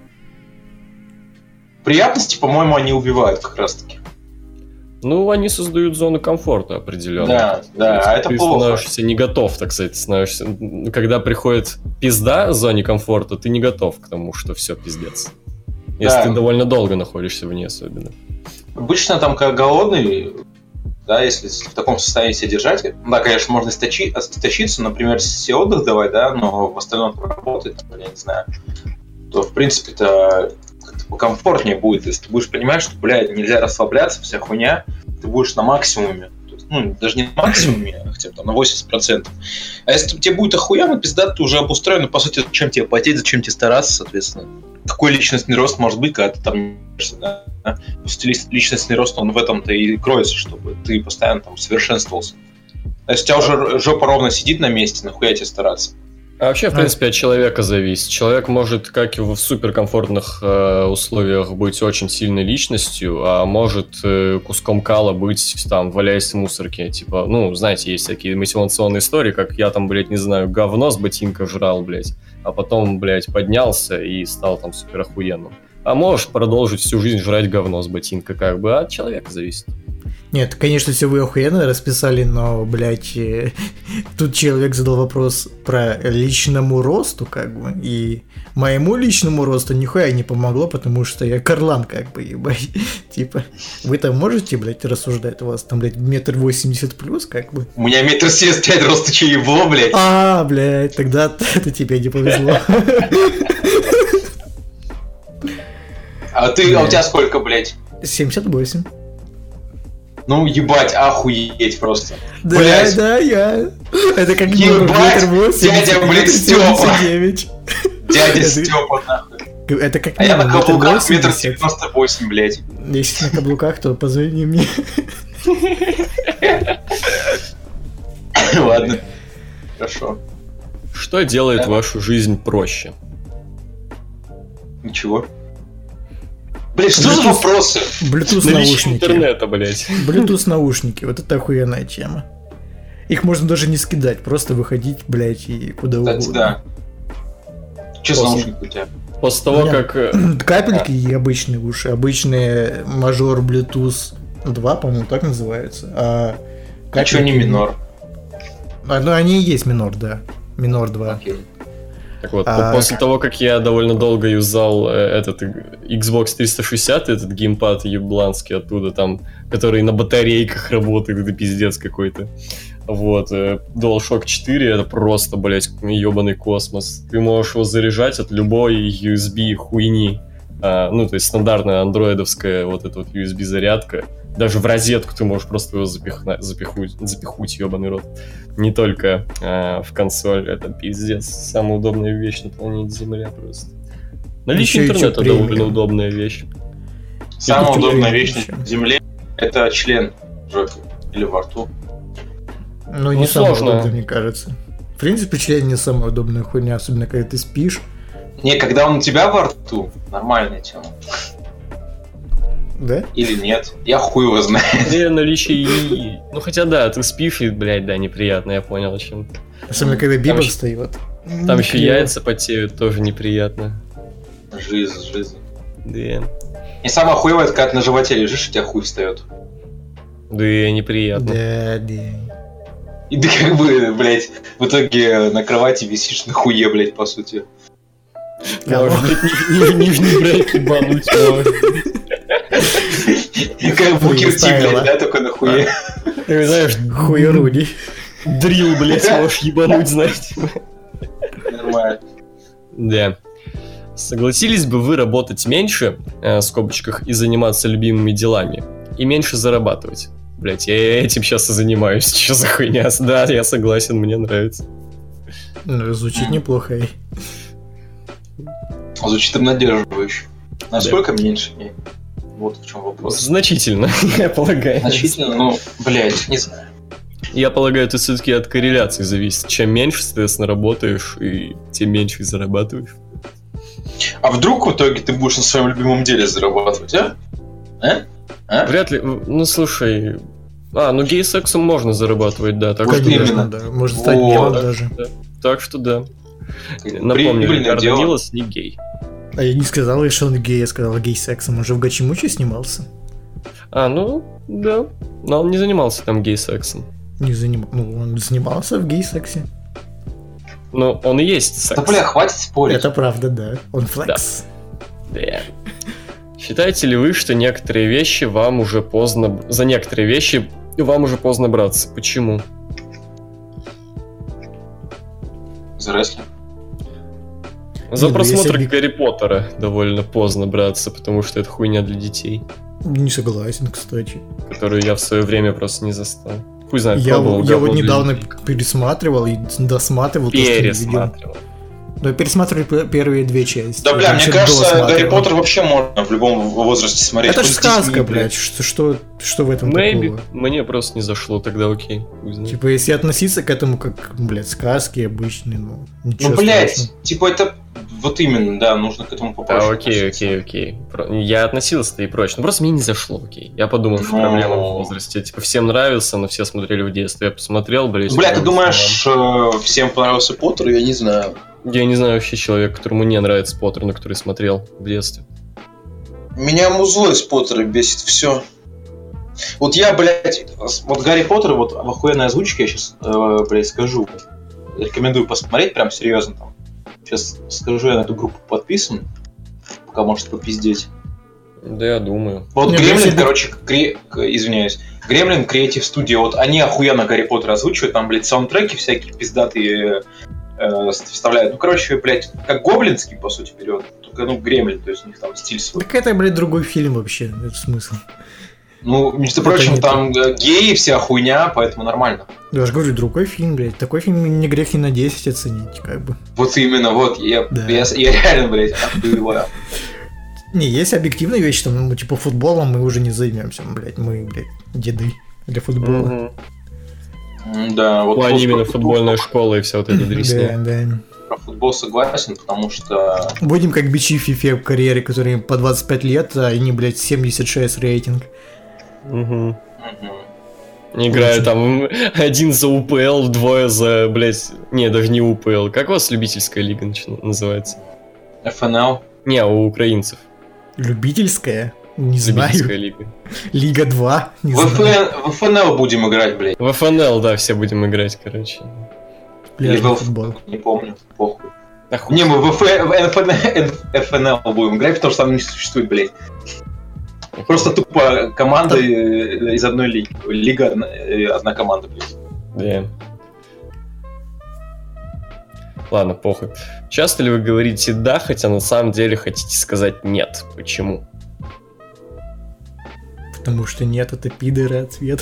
Приятности, по-моему, они убивают как раз-таки. Ну, они создают зону комфорта определенно. Да, да, а это ты плохо. становишься не готов, так сказать, становишься... Когда приходит пизда в зоне комфорта, ты не готов к тому, что все пиздец. Если Да. ты довольно долго находишься в ней особенно. Обычно там, когда голодный, да, если в таком состоянии себя держать, да, конечно, можно источи- истощиться, например, себе отдых давать, да, но в остальном работает, там, я не знаю, то, в принципе-то, как-то покомфортнее будет, если ты будешь понимать, что, блядь, нельзя расслабляться, вся хуйня, ты будешь на максимуме, то есть, ну, даже не на максимуме, а хотя бы там на восемьдесят процентов. А если тебе будет охуенно, пизда, ты уже обустроен, по сути, зачем тебе потеть, зачем тебе стараться, соответственно. Какой личностный рост может быть, когда ты там, да? Личностный рост, он в этом-то и кроется, чтобы ты постоянно там совершенствовался. То есть у тебя уже жопа ровно сидит на месте, нахуя тебе стараться? А вообще, в принципе, от человека зависит. Человек может, как и в суперкомфортных э, условиях, быть очень сильной личностью, а может э, куском кала быть, там, валяясь в мусорке. Типа, ну, знаете, есть такие мотивационные истории, как я там, блядь, не знаю, говно с ботинка жрал, блядь, а потом, блядь, поднялся и стал там супер охуенным. А можешь продолжить всю жизнь жрать говно с ботинка, как бы, от человека зависит. Нет, конечно, все вы охуенно расписали, но, блядь, э, тут человек задал вопрос про личному росту, как бы, и моему личному росту нихуя не помогло, потому что я карлан, как бы, ебать. Типа, вы там можете, блядь, рассуждать, у вас там, блядь, метр восемьдесят плюс, как бы. У меня метр семьдесят пять роста, че ебло, блядь. А, блядь, тогда это тебе не повезло. А ты, а у тебя сколько, блядь? семьдесят восемь. Ну, ебать, охуеть просто. Да, Блядь. да, я. Это как Ебать, метр восемьдесят, дядя, блядь, метр Стёпа. семьдесят девять. Дядя Это- Степа, нахуй. Это как А я на минимум метр каблуках метр восемьдесят. девяносто восемь, блядь. Если на каблуках, то позвони мне. Ладно. Хорошо. Что делает вашу жизнь проще? Ничего. Блин, что за Bluetooth. вопросы? Bluetooth Наличие наушники. интернета, блядь. Bluetooth наушники. Вот это охуенная тема. Их можно даже не скидать, просто выходить, блядь, и куда Кстати, угодно. да. Че за После- наушники у тебя? После того, У меня- как... э, Капельки и обычные уши. Обычные мажор Bluetooth два, по-моему, так называется. А А че не капельки- минор? А, ну, они и есть минор, да. Минор два. Окей. Так вот, А, после того, как я довольно долго юзал э, этот Xbox триста шестьдесят, этот геймпад ебланский оттуда, там, который на батарейках работает, это пиздец какой-то. Вот, э, DualShock четыре, это просто, блять, ебаный космос. Ты можешь его заряжать от любой ю эс би хуйни. А, ну, то есть стандартная андроидовская вот эта вот ю эс би-зарядка. Даже в розетку ты можешь просто его запихна- запихнуть, запихнуть, ебаный рот. Не только а, в консоль. Это пиздец. Самая удобная вещь на планете Земля просто. Наличие Ещё и чё, интернета довольно премиум. удобная вещь. Самая Это удобная чё, вещь ничего. на Земле — это член в жопе или во рту. Ну, не Ну, самое сложно. удобное, мне кажется. В принципе, член не самая удобная хуйня, особенно когда ты спишь. Не, когда он у тебя во рту, нормальная тема. Да? Или нет? Я хуй его знаю. Или наличие яиц. Ну, хотя да, ты спишь и, блядь, да, неприятно, я понял, о чем. Особенно, когда биба еще- встает. Там еще Клево. яйца потеют, тоже неприятно. Жизнь, жизнь. Да. И самое хуевое, это когда ты на животе лежишь, у тебя хуй встает. Да, неприятно. Да, да. И ты как бы, блядь, в итоге на кровати висишь на хуе, блядь, по сути. Может быть, ни- ни- нижний брейк ебануть может. Как Букер Ти, ставила. блядь, да, только на хуе. Ты знаешь, Хуеруди. дрил, блядь, можешь ебануть, знаете. Нормально. Да. Согласились бы вы работать меньше, э, в скобочках, и заниматься любимыми делами, и меньше зарабатывать? Блять, я этим сейчас и занимаюсь. Что за хуйня? Да, я согласен, мне нравится. Ну, звучит неплохо. эй. Звучит обнадеживающе. Насколько меньше? Вот в чем вопрос. Значительно, я полагаю. Значительно, ну, блядь, не знаю. Я полагаю, это все-таки от корреляции зависит. Чем меньше, соответственно, работаешь, и тем меньше и зарабатываешь. А вдруг в итоге ты будешь на своем любимом деле зарабатывать, а? А? А? Вряд ли. Ну, слушай... А, ну гей-сексом можно зарабатывать, да. Так Вот что, именно. Да. Может стать Вот. мемом так, даже. да. Так что да. Напомню, Прибыльное Рикардо дело. Милос не гей. А я не сказал, что он гей, я сказал гей-сексом. Он же в Гачимуче снимался. А, ну, да. Но он не занимался там гей-сексом. Не заним... Ну, он снимался в гей-сексе. Но он и есть секс. Да, бля, хватит спорить. Это правда, да. Он флекс. Да. Считаете ли вы, что некоторые вещи вам уже поздно... За некоторые вещи вам уже поздно браться? Почему? За рестлинг. За Не, ну, просмотр если- Гарри Поттера довольно поздно браться, потому что это хуйня для детей, Не согласен, кстати. которую я в свое время просто не застал. Хуй знает, Я, пробовал, я говно вот для недавно детей. пересматривал и досматривал то, что не видел. Пересматривал. Но я пересматривал п- первые две части. Да, бля, Я мне вообще кажется, Гарри досматривал. Поттер вообще можно в любом возрасте смотреть. Это Хоть же с детьми, сказка, блядь. блядь. Что, что, что в этом Maybe. такого? Мне просто не зашло, тогда окей. Хуй знает. Типа, если относиться к этому как, блядь, сказки обычные, ну, ничего Ну, блядь, страшного. типа это вот именно, да, нужно к этому попасть. А, окей, окей, окей. Про- Я относился-то и прочее. Ну, просто мне не зашло, окей. Я подумал, что Ну. проблема в возрасте. Типа, всем нравится, но все смотрели в детстве. Я посмотрел, блядь. Бля, ты прям думаешь, э, всем понравился Поттер? Я не знаю. Я не знаю вообще человека, которому не нравится Поттер, но который смотрел в детстве. Меня музло из Поттера бесит все. Вот я, блядь, с- вот Гарри Поттер, вот в охуенной озвучке я сейчас, э, блядь, скажу. Рекомендую посмотреть, прям серьезно там. Сейчас скажу, я на эту группу подписан, пока может попиздеть. Да, я думаю. Вот Не, Гремлин, если- короче, кре... к- извиняюсь, Гремлин Creative Studio, вот они охуенно Гарри Поттер озвучивают, там, блядь, саундтреки всякие пиздатые э, вставляют. Ну, короче, блядь, как гоблинский, по сути, перевод, только, ну, Гремлин, то есть у них там стиль свой. Так это, блядь, другой фильм вообще, это смысл. Ну, между Это прочим, не там э, геи, вся хуйня, поэтому нормально. Я же говорю, другой фильм, блядь. Такой фильм не грех и на десять оценить, как бы. Вот именно, вот, я, Да. я, я реально, блядь, охуеваю. Не, есть объективные вещи, там, ну, типа, футболом мы уже не займемся, блядь. Мы, блядь, деды для футбола. Мгм. М, Да, В вот плане вот именно про футбольная школа и вся вот эта Да, дресня. да. Про футбол согласен, потому что... Будем как бичи в фифе в карьере, которые по двадцать пять лет, а они, блядь, семьдесят шесть рейтинг. Мгм. мгм. Играю там один за УПЛ, двое за, блядь... Не, даже не УПЛ. Как у вас любительская лига начи- называется? эф эн эл. Не, у украинцев. Любительская? Не Любительская знаю. лига. Лига два? Не В знаю. ФН в эф эн эл будем играть, блядь. В эф эн эл, да, все будем играть, короче. Пляжный Или в- футбол. Не помню, похуй. Да хуй. Не, мы в эф эн эф эн эл будем играть, потому что там не существует, блядь. Просто тупо команды э, из одной лиги. Лига одна, э, одна команда, блядь. Да. Ладно, похуй. Часто ли вы говорите «да», хотя на самом деле хотите сказать «нет»? Почему? Потому что нет, это пидоры, ответ.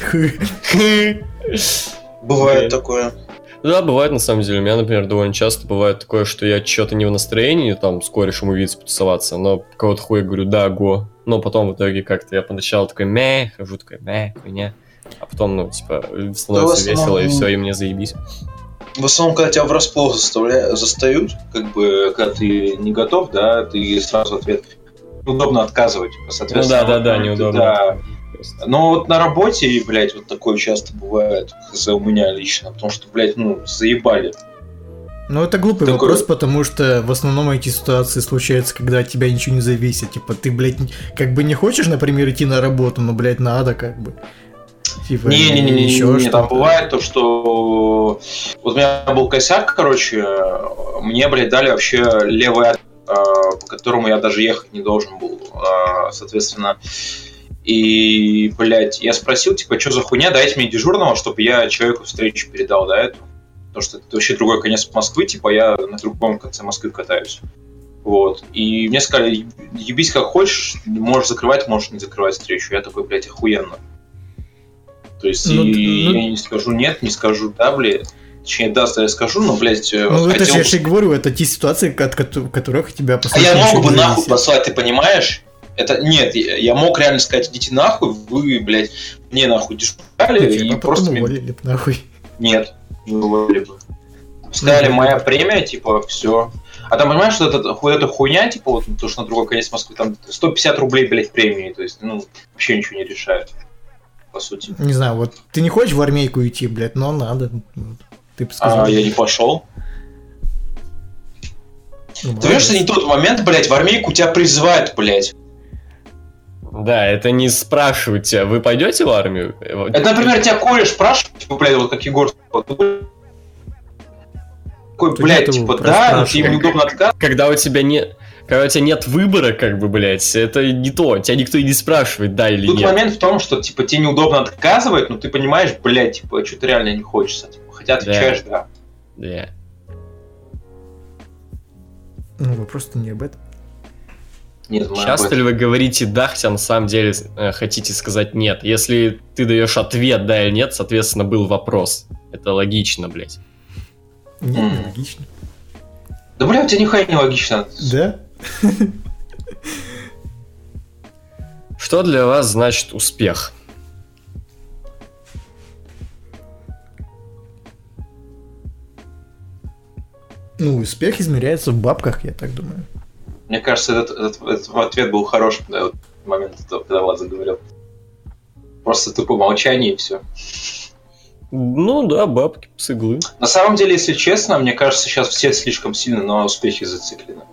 Бывает Да. такое. Да, бывает на самом деле. У меня, например, довольно часто бывает такое, что я что-то не в настроении, там, с корешем увидеться, потусоваться, но кого-то хуя говорю «да, го». Но потом в итоге как-то я поначалу такой «мэ», хожу такой «мэ», хуйня. А потом, ну, типа, становится Да, в весело, и основном- все, и мне заебись. В основном, когда тебя врасплох заставля... застают, как бы, когда ты не готов, да, ты сразу ответ удобно отказывать. Соответственно, Ну да, да, да, вот, неудобно. да. Просто. Но вот на работе, блядь, вот такое часто бывает, за у меня лично, потому что, блядь, ну, заебали. Ну, это глупый Такой- вопрос, потому что в основном эти ситуации случаются, когда от тебя ничего не зависит. Типа, ты, блядь, как бы не хочешь, например, идти на работу, но, блядь, надо, как бы. Типа, Не-не-не, ещё не, что-то. там бывает то, что вот у меня был косяк, короче, мне, блядь, дали вообще левый ад, а, по которому я даже ехать не должен был, а, соответственно. И, блядь, я спросил, типа, что за хуйня, дайте мне дежурного, чтобы я человеку встречу передал, да, эту. Потому что это вообще другой конец Москвы, типа, я на другом конце Москвы катаюсь. Вот. И мне сказали, ебись как хочешь, можешь закрывать, можешь не закрывать встречу. Я такой, блядь, охуенно. То есть, Ну, и ну- я не скажу нет, не скажу да, блядь. точнее, даст, я скажу, но, блядь, ну, хотел... это же я же и говорю, это те ситуации, от которых тебя... А я мог бы нахуй послать, ты понимаешь? Это, нет, я, я мог реально сказать, идите нахуй, вы, блядь, мне нахуй дешевали, и просто... уволили бы нахуй. Нет, не уволили бы. Сказали, ну, моя премия, типа, все. А там, понимаешь, что это, вот эта хуйня, типа, вот, то, что на другой конец Москвы, там сто пятьдесят рублей, блядь, премии, то есть, ну, вообще ничего не решает, по сути. Не знаю, вот, ты не хочешь в армейку идти, блядь, но надо. Ты бы сказал. А, я не пошел. Ну, ты видишь, что не тот момент, блядь, в армейку тебя призывают, блядь. Да, это не спрашивают тебя, вы пойдете в армию? Это, например, тебя колледж спрашивает, типа, блядь, вот как Егор, такой, блядь, типа, да, но тебе неудобно отказывать. Когда у тебя нет... Когда у тебя нет выбора, как бы, блядь, это не то, тебя никто и не спрашивает, да или Тут нет. Тут момент в том, что, типа, тебе неудобно отказывать, но ты понимаешь, блядь, типа, что-то реально не хочется, типа, хотя отвечаешь, да. Да. Ну, вопрос-то не об этом. Нет, часто ли вы говорите «да», хотя на самом деле э, хотите сказать «нет»? Если ты даешь ответ «да» или «нет», соответственно, был вопрос. Это логично, блядь. Нет, mm. не логично. Да, бля, у тебя нихуя не логично. Да? Что для вас значит успех? Ну, успех измеряется в бабках, я так думаю. Мне кажется, этот, этот, этот ответ был хорошим, да, вот, в момент, когда Влад заговорил. Просто тупо молчание и все. Ну да, бабки с иглы. На самом деле, если честно, мне кажется, сейчас все слишком сильно на успехе зациклены.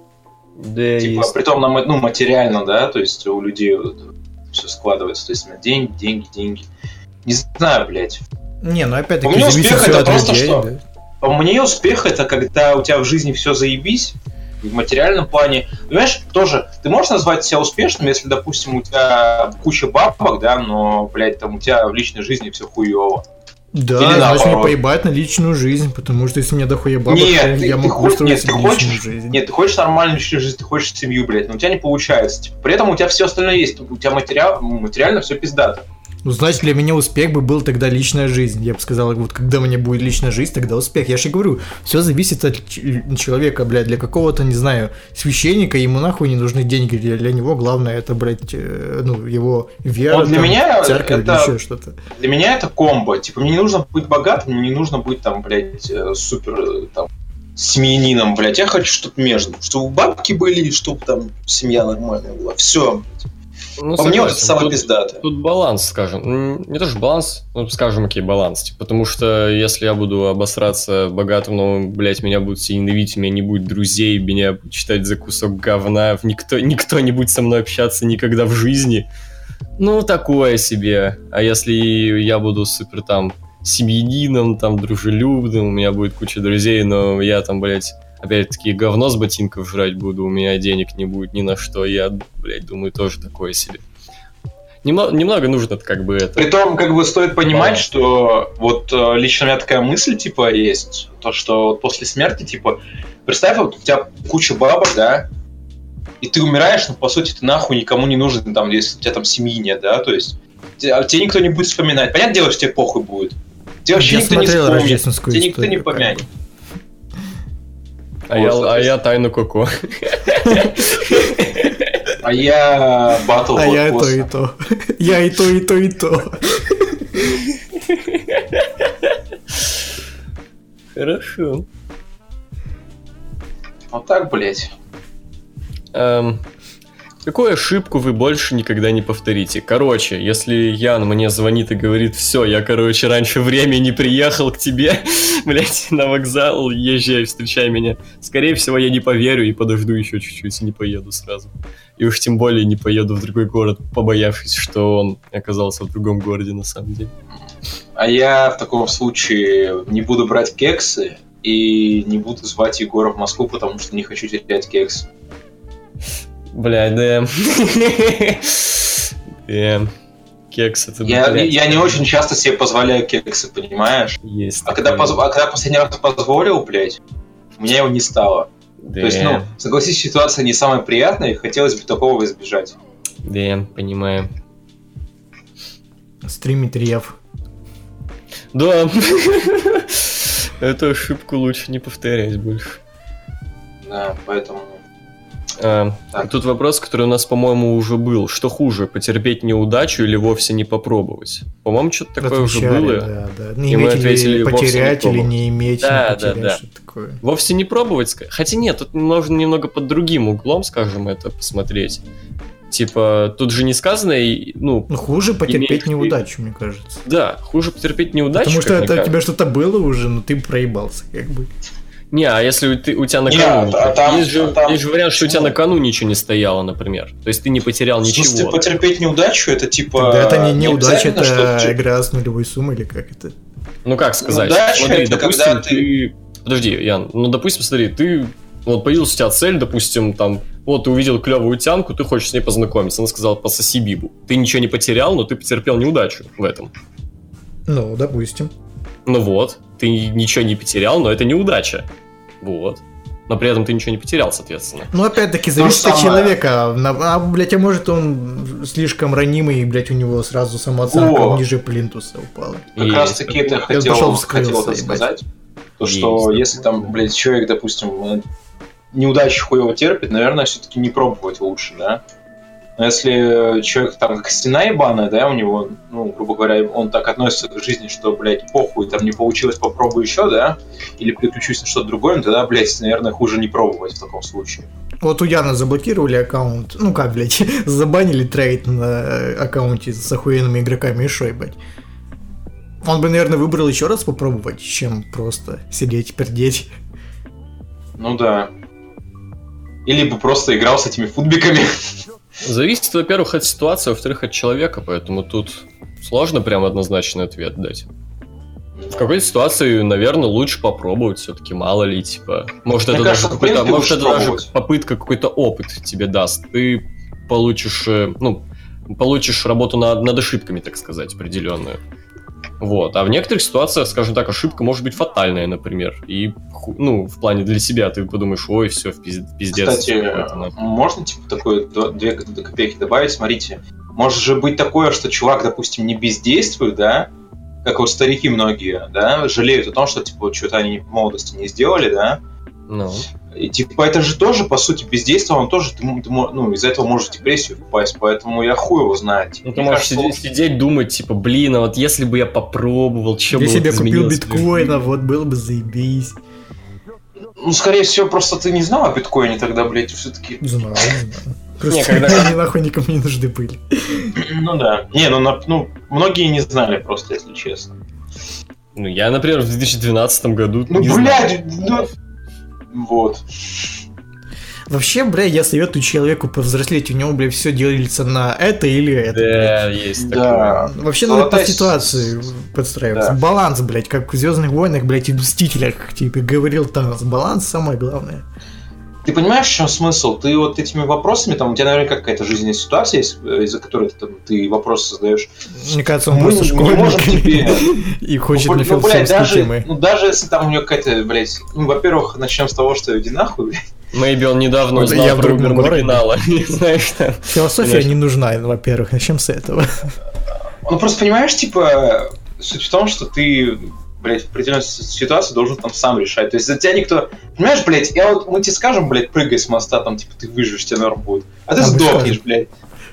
Да, типа, есть. Притом, нам, ну, материально, да, то есть у людей вот, все складывается. То есть деньги, деньги, деньги. Не знаю, блядь. Не, ну опять-таки, у меня успех это просто людей, что? Да? По мне успех это когда у тебя в жизни все заебись, в материальном плане. Понимаешь, тоже, ты можешь назвать себя успешным, если, допустим, у тебя куча бабок, да, но, блядь, там у тебя в личной жизни все хуёво. Да, или значит мне поебать на личную жизнь, потому что если у меня дохуя бабок, нет, то я ты, могу ты устроить нет, себе ты личную хочешь, жизнь. Нет, ты хочешь нормальную личную жизнь, ты хочешь семью, блядь, но у тебя не получается. Типа, при этом у тебя все остальное есть, у тебя материал, материально все пиздато. Ну, значит, для меня успех бы был тогда личная жизнь. Я бы сказал, вот когда у меня будет личная жизнь, тогда успех. Я же и говорю, все зависит от человека, блядь. Для какого-то, не знаю, священника ему нахуй не нужны деньги. Для, для него главное это, блядь, ну, его вера, для там, меня церковь это, или еще что-то. Для меня это комбо. Типа, мне не нужно быть богатым, мне не нужно быть там, блядь, супер, там, семьянином, блядь. Я хочу что-то между. Чтобы бабки были, чтобы там семья нормальная была. Все, Ну, по мне вот это самое пиздатое. Тут баланс, скажем. Не тоже баланс, ну, скажем, окей, баланс. Типа, потому что если я буду обосраться богатым, но, блядь, меня будут все ненавидеть, у меня не будет друзей, меня будут считать за кусок говна, никто, никто не будет со мной общаться никогда в жизни. Ну, такое себе. А если я буду супер там семьянином, там, дружелюбным, у меня будет куча друзей, но я там, блядь, опять-таки, говно с ботинков жрать буду, у меня денег не будет ни на что, я, блядь, думаю, тоже такое себе. Немного, немного нужно как бы это... Притом, как бы, стоит понимать, да. что вот лично у меня такая мысль, типа, есть, то, что вот после смерти, типа, представь, вот у тебя куча бабок, да, и ты умираешь, но, по сути, ты нахуй никому не нужен, там, если у тебя там семьи нет, да, то есть, тебя, тебя никто не будет вспоминать. Понятное дело, что тебе похуй будет. Тебе вообще я никто не вспомнит, тебя никто историю, не помянет. А, вот, я, а я тайну Коко. А я батл А я то и то. Я и то, и то, и то. Хорошо. Вот так, блять. Эм, какую ошибку вы больше никогда не повторите? Короче, если Ян мне звонит и говорит: все, я, короче, раньше времени приехал к тебе, блять, на вокзал, езжай, встречай меня. Скорее всего, я не поверю и подожду еще чуть-чуть и не поеду сразу. И уж тем более не поеду в другой город, побоявшись, что он оказался в другом городе на самом деле. А я в таком случае не буду брать кексы и не буду звать Егора в Москву, потому что не хочу терять кекс. Бля, да. Да. Кекс это... Я, я не очень часто себе позволяю кексы, понимаешь? Есть. А когда, поз... а когда последний раз позволил, блядь, у меня его не стало. Да. То есть, ну, согласись, ситуация не самая приятная, и хотелось бы такого избежать. Да, понимаю. Стримит Рев. Да. Эту ошибку лучше не повторять больше. Да, поэтому... А, тут вопрос, который у нас, по-моему, уже был. Что хуже, потерпеть неудачу или вовсе не попробовать? По-моему, что-то такое Отвечали, уже было. Да, да. Не и мы иметь ответили, или потерять, не или не иметь, да, не потерять, да, да. что такое. Вовсе не пробовать. Хотя нет, тут можно немного под другим углом, скажем, это посмотреть. Типа, тут же не сказано, и, ну... Ну, хуже потерпеть имеет... неудачу, мне кажется. Да, хуже потерпеть неудачу. Потому что это, у тебя что-то было уже, но ты проебался, как бы. Не, а если ты, у тебя на кону... Нет, а там, есть, же, а там... есть же вариант, что у тебя на кону ничего не стояло, например. То есть ты не потерял ничего. В смысле, потерпеть неудачу, это типа... Тогда это не неудача, не это что... игра с нулевой суммой, или как это? Ну как сказать? Неудача, смотри, это допустим, когда ты... ты... Подожди, Ян, ну допустим, смотри, ты... Вот появилась у тебя цель, допустим, там... Вот ты увидел клевую тянку, ты хочешь с ней познакомиться. Она сказала, пососи бибу. Ты ничего не потерял, но ты потерпел неудачу в этом. Ну, допустим. Ну вот, ты ничего не потерял, но это неудача. Вот. Но при этом ты ничего не потерял, соответственно. Ну, опять-таки, зависит от человека. А, блядь, а может он слишком ранимый, и, блядь, у него сразу самооценка О! ниже плинтуса упала. Как Есть. раз таки это хотел, пошел хотел это вскрылся, сказать. То, Есть. что если там, блядь, человек, допустим, неудачи хуево терпит, наверное, все-таки не пробовать лучше, да? Но если человек там как стена ебаная, да, у него, ну, грубо говоря, он так относится к жизни, что, блядь, похуй, там не получилось, попробуй еще, да? Или переключусь на что-то другое, ну, тогда, блядь, наверное, хуже не пробовать в таком случае. Вот у Яна заблокировали аккаунт, ну как, блядь, забанили трейд на аккаунте с охуенными игроками, и шо, ебать. Он бы, наверное, выбрал еще раз попробовать, чем просто сидеть, пердеть. Ну да. Или бы просто играл с этими футбиками. Зависит, во-первых, от ситуации, во-вторых, от человека, поэтому тут сложно прям однозначный ответ дать. В какой-то ситуации, наверное, лучше попробовать, все-таки мало ли, типа. Может, Мне это кажется, даже какой-то, может, это даже пробовать. попытка, какой-то опыт тебе даст. Ты получишь, э, ну, получишь работу над, над ошибками, так сказать, определенную. Вот. А в некоторых ситуациях, скажем так, ошибка может быть фатальная, например. И, ну, в плане для себя ты подумаешь, ой, все, в пиздец. Кстати, можно, типа, такое две копейки добавить? Смотрите, может же быть такое, что чувак, допустим, не бездействует, да? Как вот старики многие, да, жалеют о том, что, типа, что-то они в молодости не сделали, да? Ну. И, типа, это же тоже, по сути, бездействие, он тоже, ты, ты, ну, из-за этого можешь в депрессию впасть, поэтому я хуй его знаю. Ну, ты можешь сидеть, сидеть, думать, типа, блин, а вот если бы я попробовал, что бы Если бы я купил изменилось? биткоина, вот было бы заебись. Ну, скорее всего, просто ты не знал о биткоине тогда, блядь, все-таки. Знаю, знаю. Просто Не, когда- они нахуй никому не нужны были. Ну да. Не, ну, на- ну, многие не знали просто, если честно. Ну, я, например, в две тысячи двенадцатом году Ну, не знал. блядь, ну... Вот. Вообще, бля, я советую человеку повзрослеть, у него, бля, все делится на это или это. Да, есть Да. такое. Вообще надо Золотая по ситуации подстраиваться. Да. Баланс, блядь, как в Звездных войнах, блядь, и Мстителях, типа, говорил Танос. Баланс самое главное. Ты понимаешь, в чем смысл? Ты вот этими вопросами, там, у тебя, наверное, какая-то жизненная ситуация есть, из-за которой ты, там, ты вопросы задаешь. Мне кажется, он Мы просто не школьник можем тебе... и хочет Ну, на блядь, философские даже, темы. ну, даже если там у него какая-то, блядь... Ну, во-первых, начнем с того, что иди нахуй, блядь. Мэйби он недавно Вот узнал я в про другом выбор городе. маргинала. Знаешь, там. Философия Конечно. не нужна, во-первых, начнем с этого. Ну, просто понимаешь, типа, суть в том, что ты, блядь, в определенной ситуации должен там сам решать. То есть за тебя никто... Понимаешь, блядь, я вот, мы тебе скажем, блядь, прыгай с моста, там, типа, ты выживешь, тебе норм будет. А ты А мы сдохнешь, скажем. блядь.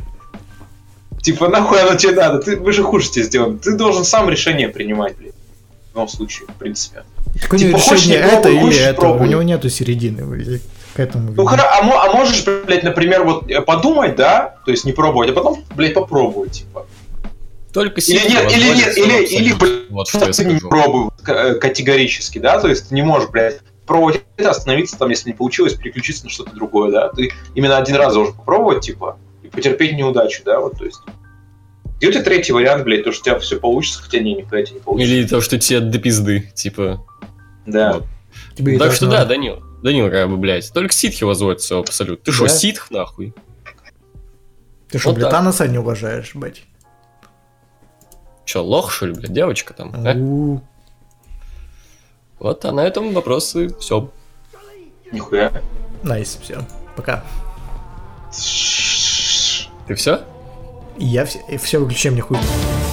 Типа, нахуй оно тебе надо? Ты, мы же хуже тебе сделаем. Ты должен сам решение принимать, блядь. В любом случае, в принципе. Так у него Типа, хочешь, решение не это пробуй, или хочешь, это. У пробуй. него нету середины. блядь, К этому. Ну, хоро- а, мо- а можешь, блядь, например, вот э, подумать, да? То есть не пробовать, а потом, блядь, попробовать, типа. Только Или сидя нет, или возводится нет, или, абсолютно. или, блядь, Вот что я ты не скажу. пробуй к- э, категорически, да, то есть ты не можешь, блядь, пробовать это, остановиться там, если не получилось, переключиться на что-то другое, да, ты именно один раз должен попробовать, типа, и потерпеть неудачу, да, вот, то есть. Где у тебя третий вариант, блядь, то, что у тебя все получится, хотя не, нихуя тебе не получится. Или то, что тебе до пизды, типа. Да. Вот. Тебе и Так так что надо. да, Данил. Данил, как бы, блядь. Только ситхи возводятся абсолютно. Ты что, Да. ситх, нахуй? Ты что, Вот блядь, так. Таноса не уважаешь, бать? Че, лох, что ли, блядь, девочка там? а? У. Вот, а на этом вопросы все. Нихуя. Найс, все. Пока. Ты все? И я все, все выключай мне хуй.